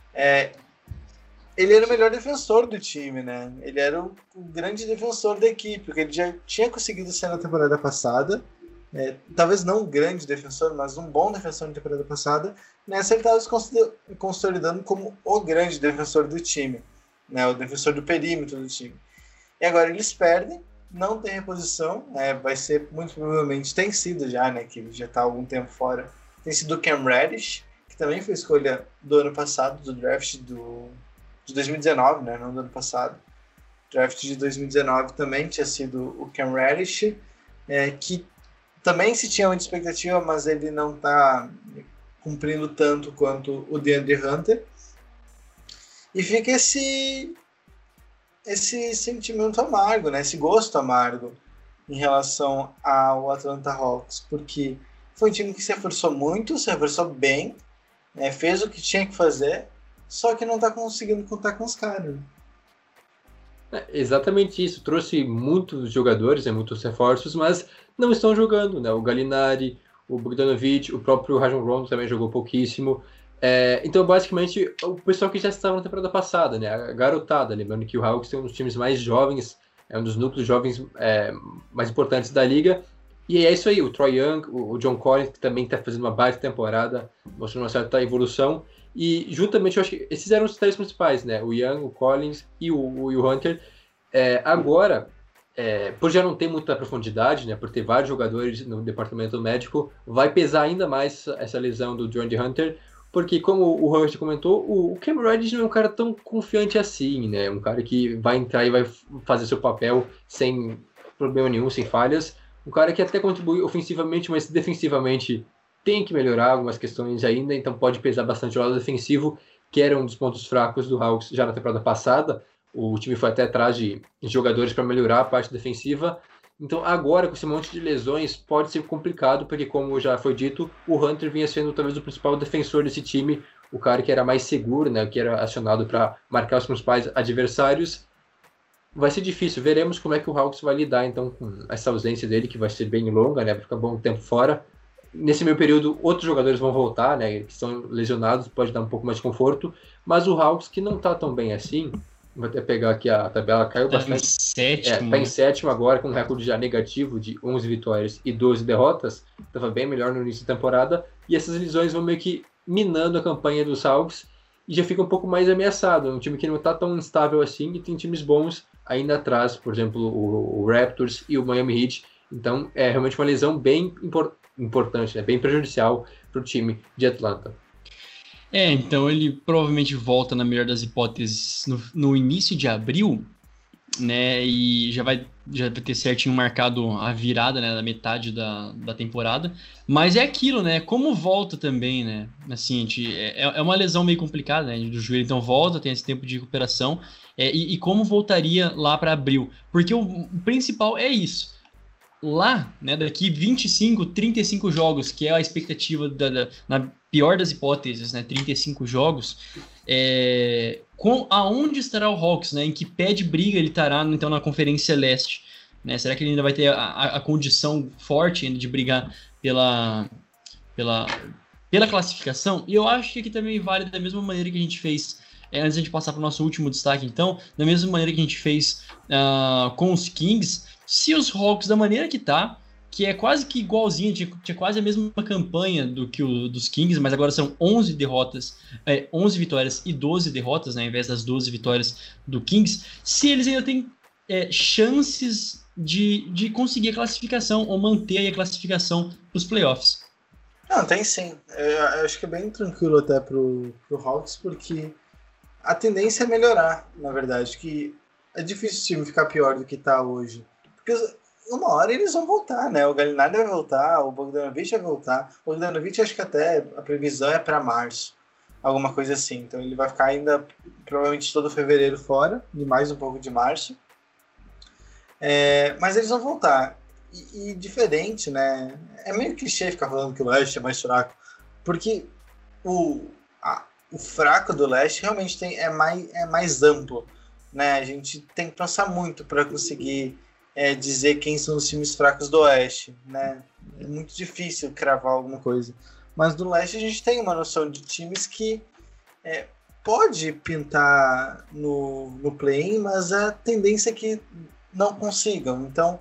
Ele era o melhor defensor do time, né? Ele era o grande defensor da equipe, porque ele já tinha conseguido ser na temporada passada, talvez não um grande defensor, mas um bom defensor na temporada passada. Nessa ele estava se consolidando como o grande defensor do time, né? O defensor do perímetro do time. E agora eles perdem, não tem reposição, vai ser, muito provavelmente, tem sido já, né? Que ele já está há algum tempo fora. Tem sido o Cam Reddish, que também foi escolha do ano passado, do draft de 2019, né? Não do ano passado. Draft de 2019 também tinha sido o Cam Reddish, que também se tinha muita expectativa, mas ele não está cumprindo tanto quanto o DeAndre Hunter. E fica esse sentimento amargo, né? Esse gosto amargo em relação ao Atlanta Hawks, porque foi um time que se reforçou muito, se reforçou bem, fez o que tinha que fazer, só que não está conseguindo contar com os caras. Exatamente isso. Trouxe muitos jogadores, muitos reforços, mas não estão jogando, né? O Gallinari, o Bogdanovic, o próprio Rajon Rondo também jogou pouquíssimo. Então, basicamente, o pessoal que já estava na temporada passada, né? A garotada, lembrando que o Hawks tem um dos times mais jovens, é um dos núcleos jovens mais importantes da liga. E é isso aí, o Troy Young, o John Collins, que também está fazendo uma baita temporada, mostrando uma certa evolução. E juntamente, eu acho que esses eram os 3 principais, né? O Young, o Collins e o Hunter. Agora, por já não ter muita profundidade, né? Por ter vários jogadores no departamento médico, vai pesar ainda mais essa lesão do DeAndre Hunter, porque como o Robert comentou, o Cam Reddish não é um cara tão confiante assim, né? Um cara que vai entrar e vai fazer seu papel sem problema nenhum, sem falhas. Um cara que até contribui ofensivamente, mas defensivamente tem que melhorar algumas questões ainda, então pode pesar bastante o lado defensivo, que era um dos pontos fracos do Hawks já na temporada passada. O time foi até atrás de jogadores para melhorar a parte defensiva. Então agora, com esse monte de lesões, pode ser complicado, porque como já foi dito, o Hunter vinha sendo talvez o principal defensor desse time, o cara que era mais seguro, né, que era acionado para marcar os principais adversários. Vai ser difícil, veremos como é que o Hawks vai lidar então com essa ausência dele, que vai ser bem longa, né, vai ficar bom tempo fora. Nesse meio período, outros jogadores vão voltar, né, que estão lesionados, pode dar um pouco mais de conforto, mas o Hawks, que não está tão bem assim, vou até pegar aqui a tabela, caiu bastante. Está em sétimo agora, com um recorde já negativo de 11 vitórias e 12 derrotas, estava bem melhor no início da temporada, e essas lesões vão meio que minando a campanha dos Hawks, e já fica um pouco mais ameaçado, um time que não está tão instável assim, e tem times bons ainda atrás, por exemplo, o Raptors e o Miami Heat. Então é realmente uma lesão bem importante, né? Bem prejudicial para o time de Atlanta. Então ele provavelmente volta, na melhor das hipóteses, no início de abril, né? E já vai ter certinho marcado a virada, né, da metade da temporada. Mas é aquilo, né? Como volta também, né? Assim, é uma lesão meio complicada, né? Do joelho, então volta, tem esse tempo de recuperação. E como voltaria lá para abril? Porque o principal é isso. Lá, né, daqui 25, 35 jogos, que é a expectativa na pior das hipóteses, né, 35 jogos, aonde estará o Hawks, né, em que pé de briga ele estará então na Conferência Leste, né? Será que ele ainda vai ter a condição forte ainda de brigar pela classificação? E eu acho que aqui também vale da mesma maneira que a gente fez, antes de a gente passar para o nosso último destaque, então, da mesma maneira que a gente fez com os Kings. Se os Hawks, da maneira que tá, que é quase que igualzinho, tinha quase a mesma campanha do que o dos Kings, mas agora são 11 vitórias e 12 derrotas, né, ao invés das 12 vitórias do Kings, se eles ainda têm chances de conseguir a classificação ou manter aí a classificação para os playoffs. Não, tem sim. Eu acho que é bem tranquilo até pro Hawks, porque a tendência é melhorar, na verdade, que é difícil o time ficar pior do que tá hoje. Porque uma hora eles vão voltar, né? O Gallinari vai voltar, o Bogdanovic vai voltar. O Bogdanovic, acho que até a previsão é para março, alguma coisa assim. Então ele vai ficar ainda, provavelmente, todo fevereiro fora, e mais um pouco de março. Mas eles vão voltar. E diferente, né? É meio clichê ficar falando que o Leste é mais fraco, porque o fraco do Leste realmente é mais amplo, né? A gente tem que pensar muito para conseguir dizer quem são os times fracos do Oeste, né? É muito difícil cravar alguma coisa. Mas do Leste a gente tem uma noção de times que pode pintar no play-in, mas a tendência é que não consigam. Então,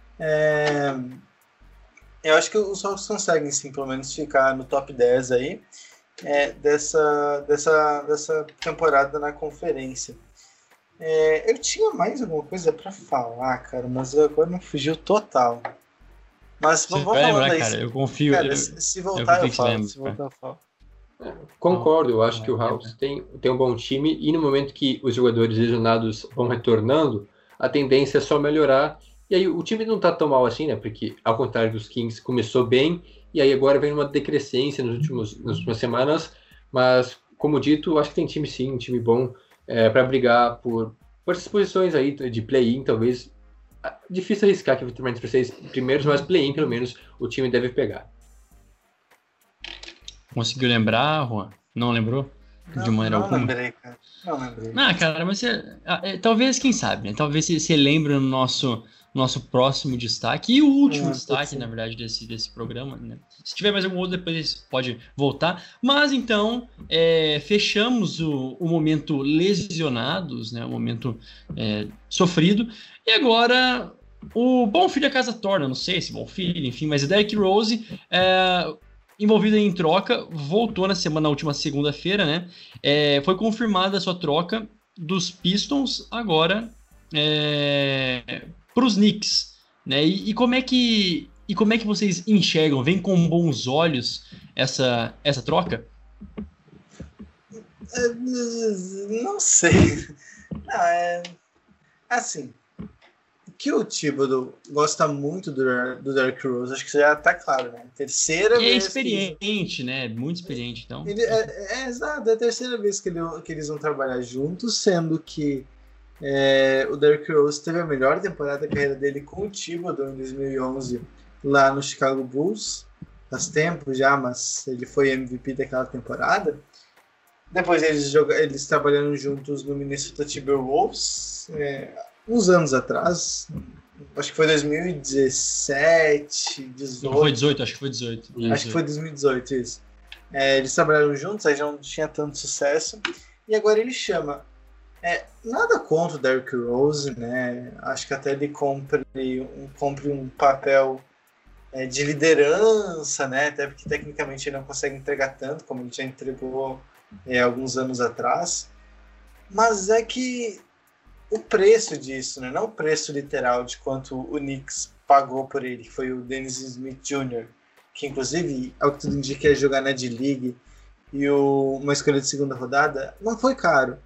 eu acho que os Hawks conseguem, sim, pelo menos ficar no top 10 aí dessa temporada na conferência. Eu tinha mais alguma coisa pra falar, cara, mas agora não fugiu total. Mas vamos falando aí. Cara, eu confio. Cara, se voltar eu falo. Concordo, eu acho que o Hawks tem um bom time, e no momento que os jogadores lesionados vão retornando, a tendência é só melhorar. E aí o time não tá tão mal assim, né? Porque, ao contrário dos Kings, começou bem, e aí agora vem uma decrescência nas últimas semanas. Mas, como dito, acho que tem time sim, um time bom para brigar por essas posições aí de play-in, talvez. Difícil arriscar que vai entre os 6 primeiros, mas play-in, pelo menos, o time deve pegar. Conseguiu lembrar, Juan? Não lembrou? De maneira alguma? Não lembrei, cara. Não lembrei. Cara, mas talvez, quem sabe, né? Talvez você lembre no nosso próximo destaque e o último destaque, na verdade, desse programa, né? Se tiver mais algum outro, depois pode voltar. Mas, então, fechamos o momento lesionados, né? O momento sofrido. E agora, o bom filho a casa torna. Não sei se bom filho, enfim, mas o Derrick Rose envolvido em troca, voltou na última segunda-feira, né? Foi confirmada a sua troca dos Pistons agora para os Knicks, né? E como é que vocês enxergam? Vem com bons olhos essa troca? Não sei. Não, assim, que o Thibodeau gosta muito do Derrick Rose, acho que já tá claro, né? Terceira vez. É experiente, né? Muito experiente, então. Exato, é a terceira vez que eles vão trabalhar juntos, sendo que o Derrick Rose teve a melhor temporada da carreira dele com o Thibodeau em 2011, lá no Chicago Bulls. Faz tempo já, mas ele foi MVP daquela temporada. Depois eles trabalhando juntos no Minnesota Timberwolves, uns anos atrás, acho que foi 2017, 18. Não foi 18, acho que foi 18. Acho que foi 2018, isso. Eles trabalharam juntos, aí já não tinha tanto sucesso. E agora ele chama. Nada contra o Derrick Rose, né? Acho que até ele compre um papel de liderança, né? Até porque tecnicamente ele não consegue entregar tanto como ele já entregou alguns anos atrás. Mas é que o preço disso, né? Não o preço literal de quanto o Knicks pagou por ele, que foi o Dennis Smith Jr., que inclusive, ao que tudo indica, ia jogar na D-League, e uma escolha de segunda rodada, não foi caro,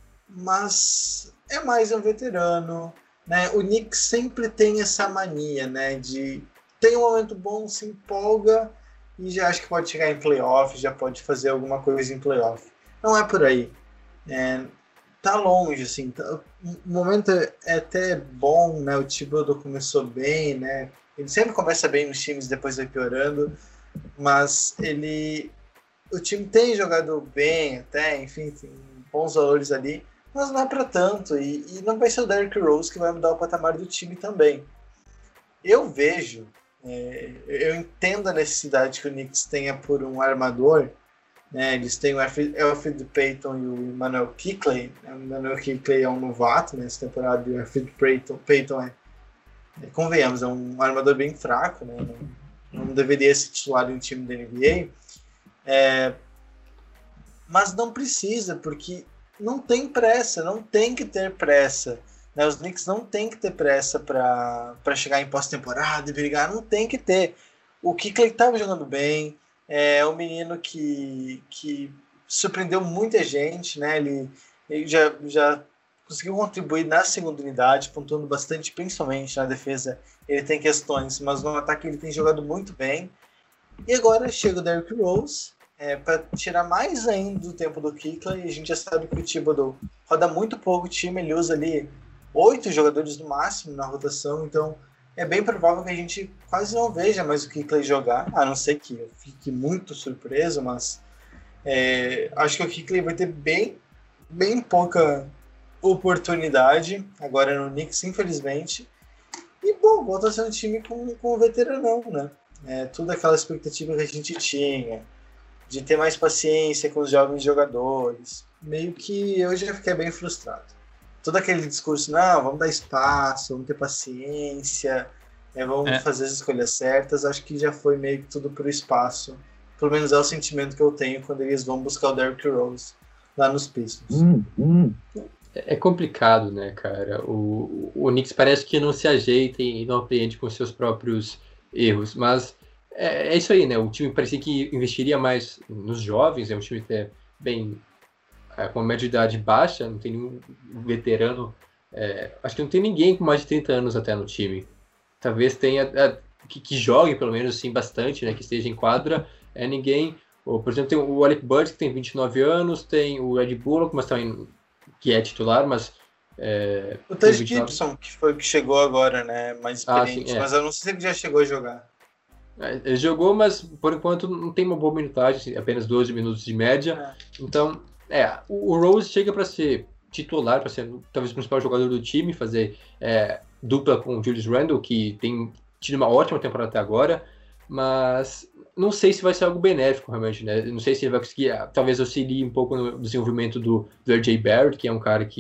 mas é mais um veterano, né? O Knicks sempre tem essa mania, né? De tem um momento bom, se empolga e já acha que pode chegar em playoff, já pode fazer alguma coisa em playoff. Não é por aí. Tá longe, assim. O momento é até bom, né? O Thibodeau começou bem, né? Ele sempre começa bem nos times, depois vai piorando, mas o time tem jogado bem até, enfim, tem bons valores ali, mas não é para tanto, e não vai ser o Derrick Rose que vai mudar o patamar do time também. Eu vejo, eu entendo a necessidade que o Knicks tenha por um armador, né? Eles têm o Elfrid Payton e o Emmanuel Quickley. O Emmanuel Quickley é um novato nessa temporada, e o Elfrid Payton convenhamos, é um armador bem fraco, né? Não deveria ser titular em um time da NBA, mas não precisa, porque não tem pressa, não tem que ter pressa, né? Os Knicks não tem que ter pressa para chegar em pós-temporada e brigar, não tem que ter. O Quickley estava jogando bem, é um menino que surpreendeu muita gente, né? Ele já conseguiu contribuir na segunda unidade, pontuando bastante, principalmente na defesa. Ele tem questões, mas no ataque ele tem jogado muito bem. E agora chega o Derrick Rose, para tirar mais ainda do tempo do Quickley. A gente já sabe que o Thibodeau roda muito pouco o time, ele usa ali 8 jogadores no máximo na rotação, então é bem provável que a gente quase não veja mais o Quickley jogar, a não ser que eu fique muito surpreso, mas acho que o Quickley vai ter bem pouca oportunidade agora no Knicks, infelizmente. E, bom, volta a ser um time com um veteranão, né? Toda aquela expectativa que a gente tinha de ter mais paciência com os jovens jogadores. Meio que eu já fiquei bem frustrado. Todo aquele discurso, não, vamos dar espaço, vamos ter paciência, vamos fazer as escolhas certas, acho que já foi meio que tudo pro espaço. Pelo menos é o sentimento que eu tenho quando eles vão buscar o Derrick Rose lá nos Pistons. É complicado, né, cara? O Knicks parece que não se ajeita e não aprende com seus próprios erros, mas é isso aí, né? O time parecia que investiria mais nos jovens, é um time até bem com uma média de idade baixa, não tem nenhum veterano, acho que não tem ninguém com mais de 30 anos até no time. Talvez tenha que jogue pelo menos assim bastante, né? Que esteja em quadra, ninguém. Por exemplo, tem o Alec Burks, que tem 29 anos, tem o Ed Bullock, mas também que é titular, mas... o Taj Gibson, que foi o que chegou agora, né? Mais experiente, sim, mas eu não sei se ele já chegou a jogar. Ele jogou, mas por enquanto não tem uma boa minutagem, apenas 12 minutos de média. Então, o Rose chega para ser titular, para ser talvez o principal jogador do time, fazer dupla com o Julius Randle, que tem tido uma ótima temporada até agora, mas não sei se vai ser algo benéfico realmente, né? Não sei se ele vai conseguir, talvez auxilie um pouco no desenvolvimento do RJ Barrett, que é um cara que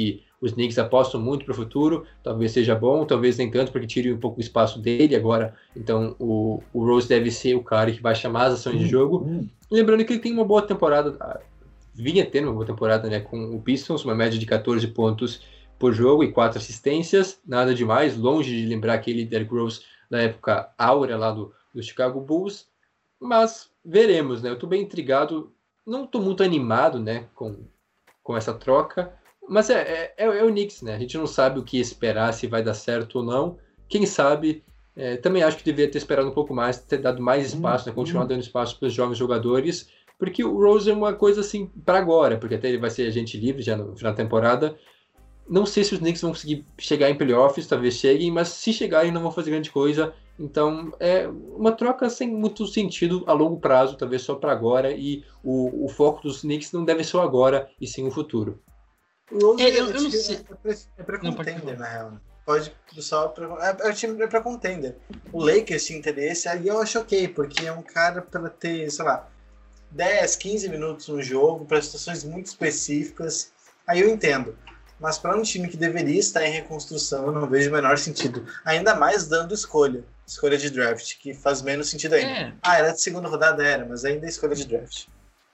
os Knicks apostam muito para o futuro, talvez seja bom, talvez nem tanto, porque tire um pouco o espaço dele agora, então o Rose deve ser o cara que vai chamar as ações de jogo. Lembrando que ele tem uma boa temporada, vinha tendo uma boa temporada, né, com o Pistons, uma média de 14 pontos por jogo e 4 assistências, nada demais, longe de lembrar aquele Derrick Rose da época áurea lá do Chicago Bulls, mas veremos, né, eu tô bem intrigado, não tô muito animado, né, com essa troca, mas é o Knicks, né, a gente não sabe o que esperar, se vai dar certo ou não, quem sabe, também acho que deveria ter esperado um pouco mais, ter dado mais espaço, né, continuar dando espaço para os jovens jogadores, porque o Rose é uma coisa assim para agora, porque até ele vai ser agente livre já no final da temporada. Não sei se os Knicks vão conseguir chegar em playoffs, talvez cheguem, mas se chegarem não vão fazer grande coisa. Então é uma troca sem muito sentido a longo prazo, talvez só para agora, e o foco dos Knicks não deve ser agora e sim o futuro. O Rose eu não sei. É pra contender, na real. Pode só é o time pra contender. O Lakers tinha interesse, aí eu acho ok, porque é um cara para ter, sei lá, 10, 15 minutos no jogo, para situações muito específicas, aí eu entendo. Mas para um time que deveria estar em reconstrução, eu não vejo o menor sentido. Ainda mais dando escolha de draft, que faz menos sentido ainda. Era de segunda rodada, mas ainda é escolha de draft.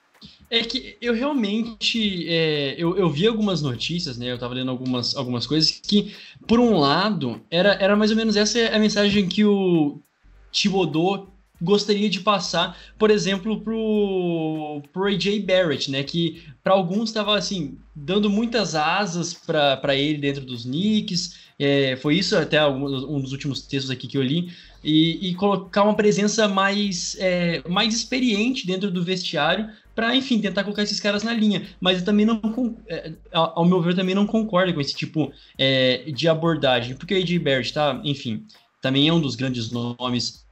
É que eu realmente, eu vi algumas notícias, né, eu tava lendo algumas coisas que, por um lado, era mais ou menos essa a mensagem que o Thibodeau gostaria de passar, por exemplo, pro A.J. Barrett, né, que para alguns estava assim, dando muitas asas para ele dentro dos Knicks, foi isso até um dos últimos textos aqui que eu li, e colocar uma presença mais experiente dentro do vestiário para, enfim, tentar colocar esses caras na linha, mas eu também não, ao meu ver, também não concordo com esse tipo de abordagem, porque o A.J. Barrett, enfim, também é um dos grandes nomes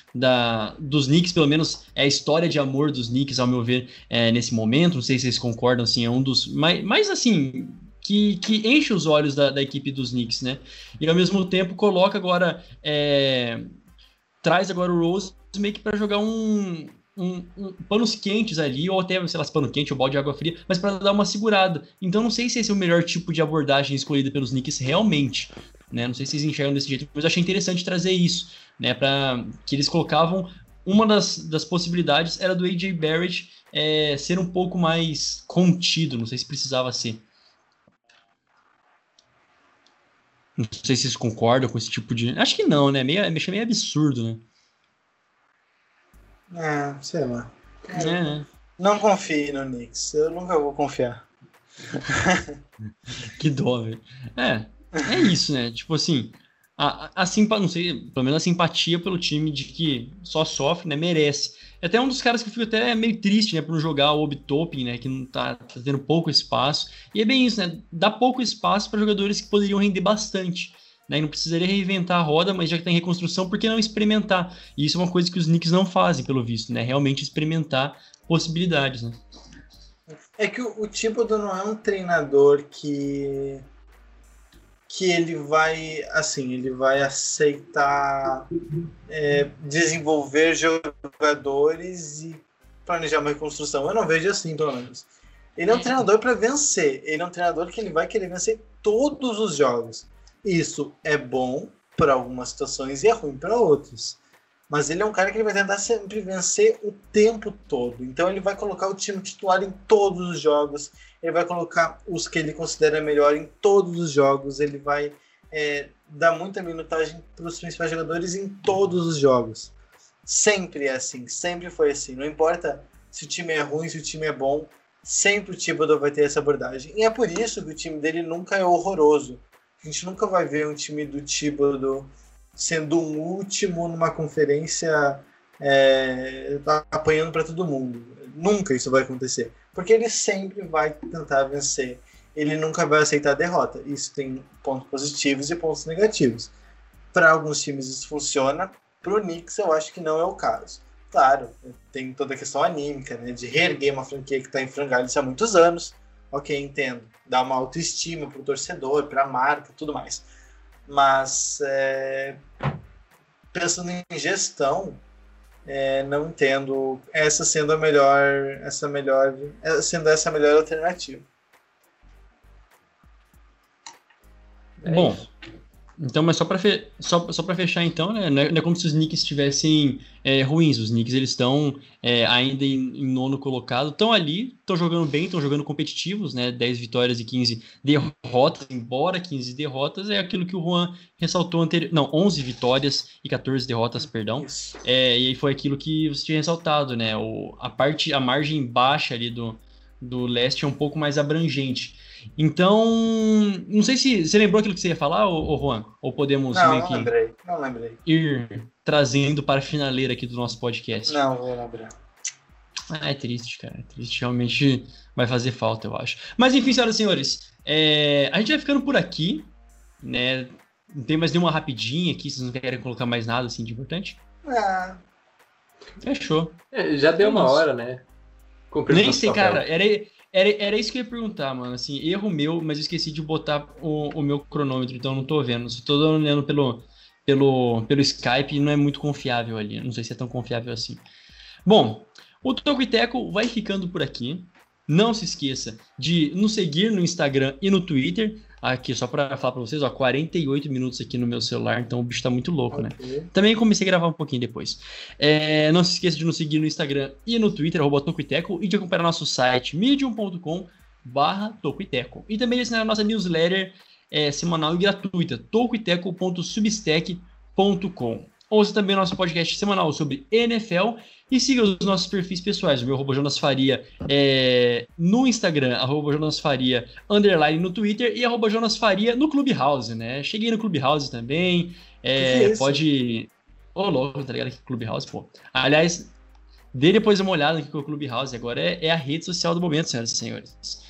dos Knicks, pelo menos é a história de amor dos Knicks, ao meu ver, nesse momento, não sei se vocês concordam, assim, é um dos mais assim, que enche os olhos da equipe dos Knicks, né, e ao mesmo tempo coloca agora, traz agora o Rose meio que para jogar panos quentes ali, ou até, sei lá, pano quente ou balde de água fria, mas para dar uma segurada. Então não sei se esse é o melhor tipo de abordagem escolhida pelos Knicks realmente, né? Não sei se vocês enxergam desse jeito, mas eu achei interessante trazer isso, né? Para que eles colocavam uma das possibilidades era do A.J. Barrett ser um pouco mais contido, não sei se precisava ser. Não sei se vocês concordam com esse tipo de... Acho que não, né? Achei meio absurdo, né? Sei lá. Né? Não confie no Knicks. Eu nunca vou confiar. Que dó, velho. É isso, né? Tipo assim, não sei, pelo menos a simpatia pelo time de que só sofre, né? Merece. É até um dos caras que eu fico até meio triste, né? Por não jogar o Obi-Toppin, né? Que não tá tendo pouco espaço. E é bem isso, né? Dá pouco espaço para jogadores que poderiam render bastante. Né, não precisaria reinventar a roda, mas já que está em reconstrução, por que não experimentar? E isso é uma coisa que os Knicks não fazem, pelo visto, né? Realmente experimentar possibilidades, né? É que o Thibodeau não é um treinador que ele vai aceitar desenvolver jogadores e planejar uma reconstrução. Eu não vejo assim, pelo menos. Ele é um treinador para vencer. Ele é um treinador que ele vai querer vencer todos os jogos. Isso é bom para algumas situações e é ruim para outras. Mas ele é um cara que ele vai tentar sempre vencer o tempo todo. Então ele vai colocar o time titular em todos os jogos. Ele vai colocar os que ele considera melhor em todos os jogos. Ele vai dar muita minutagem para os principais jogadores em todos os jogos. Sempre é assim, sempre foi assim. Não importa se o time é ruim, se o time é bom, sempre o Thibodeau vai ter essa abordagem. E é por isso que o time dele nunca é horroroso. A gente nunca vai ver um time do Thibodeau sendo um último numa conferência apanhando para todo mundo. Nunca isso vai acontecer. Porque ele sempre vai tentar vencer. Ele nunca vai aceitar a derrota. Isso tem pontos positivos e pontos negativos. Para alguns times isso funciona. Para o Knicks eu acho que não é o caso. Claro, tem toda a questão anímica, né, de reerguer uma franquia que está em frangalhos há muitos anos. Ok, entendo. Dá uma autoestima para o torcedor, para a marca, tudo mais. Mas, pensando em gestão, não entendo sendo a melhor alternativa. Bom, isso. então, mas só pra fechar então, né? Não é como se os Knicks estivessem ruins. Os Knicks, eles estão ainda em nono colocado. Estão ali, estão jogando bem, estão jogando competitivos, né? 10 vitórias e 15 derrotas. Embora 15 derrotas, é aquilo que o Juan ressaltou anteriormente. Não, 11 vitórias e 14 derrotas, perdão. E aí foi aquilo que você tinha ressaltado, né? A margem baixa ali do leste é um pouco mais abrangente. Então, não sei se você lembrou aquilo que você ia falar, ou Juan? Ou podemos não lembrei. Ir trazendo para a finaleira aqui do nosso podcast? Não, vou lembrar. É triste, cara. É triste. Realmente vai fazer falta, eu acho. Mas enfim, senhoras e senhores, a gente vai ficando por aqui, né? Não tem mais nenhuma rapidinha aqui, vocês não querem colocar mais nada assim de importante? Fechou. Já deu uma hora, né? Nem sei, cara. Era isso que eu ia perguntar, mano. Assim, erro meu, mas eu esqueci de botar o meu cronômetro, então eu não tô vendo. Só tô olhando pelo Skype e não é muito confiável ali. Não sei se é tão confiável assim. Bom, o Toco e Teco vai ficando por aqui. Não se esqueça de nos seguir no Instagram e no Twitter. Aqui, só pra falar pra vocês, 48 minutos aqui no meu celular, então o bicho tá muito louco, né? Também comecei a gravar um pouquinho depois. Não se esqueça de nos seguir no Instagram e no Twitter, @tocoiteco, e de acompanhar nosso site, medium.com/tocoiteco. E também de assinar a nossa newsletter semanal e gratuita, tocoiteco.substack.com. Ouça também o nosso podcast semanal sobre NFL e siga os nossos perfis pessoais, o meu @Jonas Faria no Instagram, @Jonas Faria _ no Twitter e @Jonas Faria no Clubhouse, né? Cheguei no Clubhouse também, pode... Ô, louco, tá ligado? Que Clubhouse, pô. Aliás, dê depois uma olhada aqui com o Clubhouse, agora é a rede social do momento, senhoras e senhores.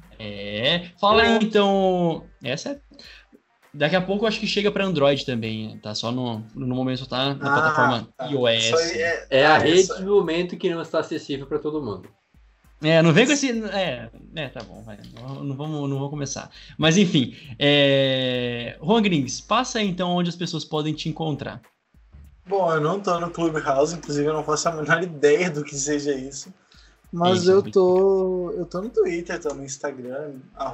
Fala aí, então... Sério? Daqui a pouco eu acho que chega para Android também, tá? Só no momento tá na plataforma iOS. A rede do momento que não está acessível para todo mundo. Não vem com esse... tá bom, vai. Não vamos começar. Mas enfim, Juan Grings, passa aí então onde as pessoas podem te encontrar. Bom, eu não tô no Clubhouse, inclusive eu não faço a menor ideia do que seja isso. Mas eu tô no Twitter, tô no Instagram,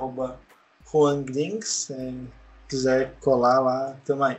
@JuanGrings, quiser colar lá, tamo aí.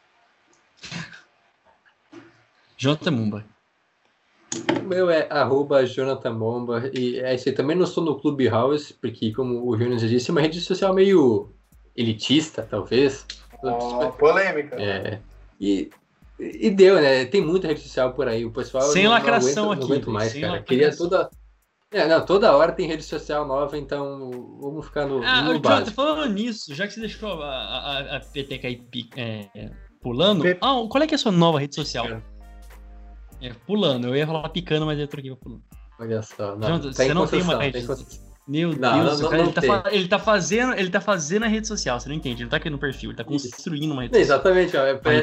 Jonathan Mumba. O meu é @Jonathan Mumba. E isso, também não sou no Clubhouse, porque, como o Jonas já disse, é uma rede social meio elitista, talvez. Polêmica. E deu, né? Tem muita rede social por aí. O pessoal sem lacração não aguento mais, cara. Queria toda... toda hora tem rede social nova, então vamos ficar no básico. Falando nisso, já que você deixou a peteca aí pulando, qual é que é a sua nova rede social? Pulando, eu ia falar picando, mas eu troquei pra pulando. Olha só, você não tem uma rede social. Meu Deus, ele tá fazendo a rede social, você não entende, ele não tá aqui no perfil, ele tá construindo uma rede social. Exatamente,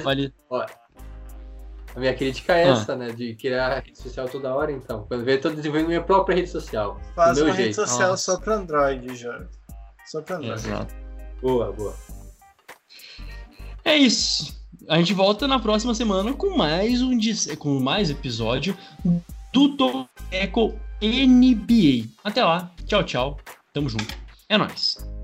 a minha crítica é essa, né? De criar a rede social toda hora, então. Quando eu tô desenvolvendo minha própria rede social. Faz uma rede social só pra Android, Jorge. Só pra Android. Exato. Boa. É isso. A gente volta na próxima semana com mais episódio do Toco NBA. Até lá. Tchau. Tamo junto. É nóis.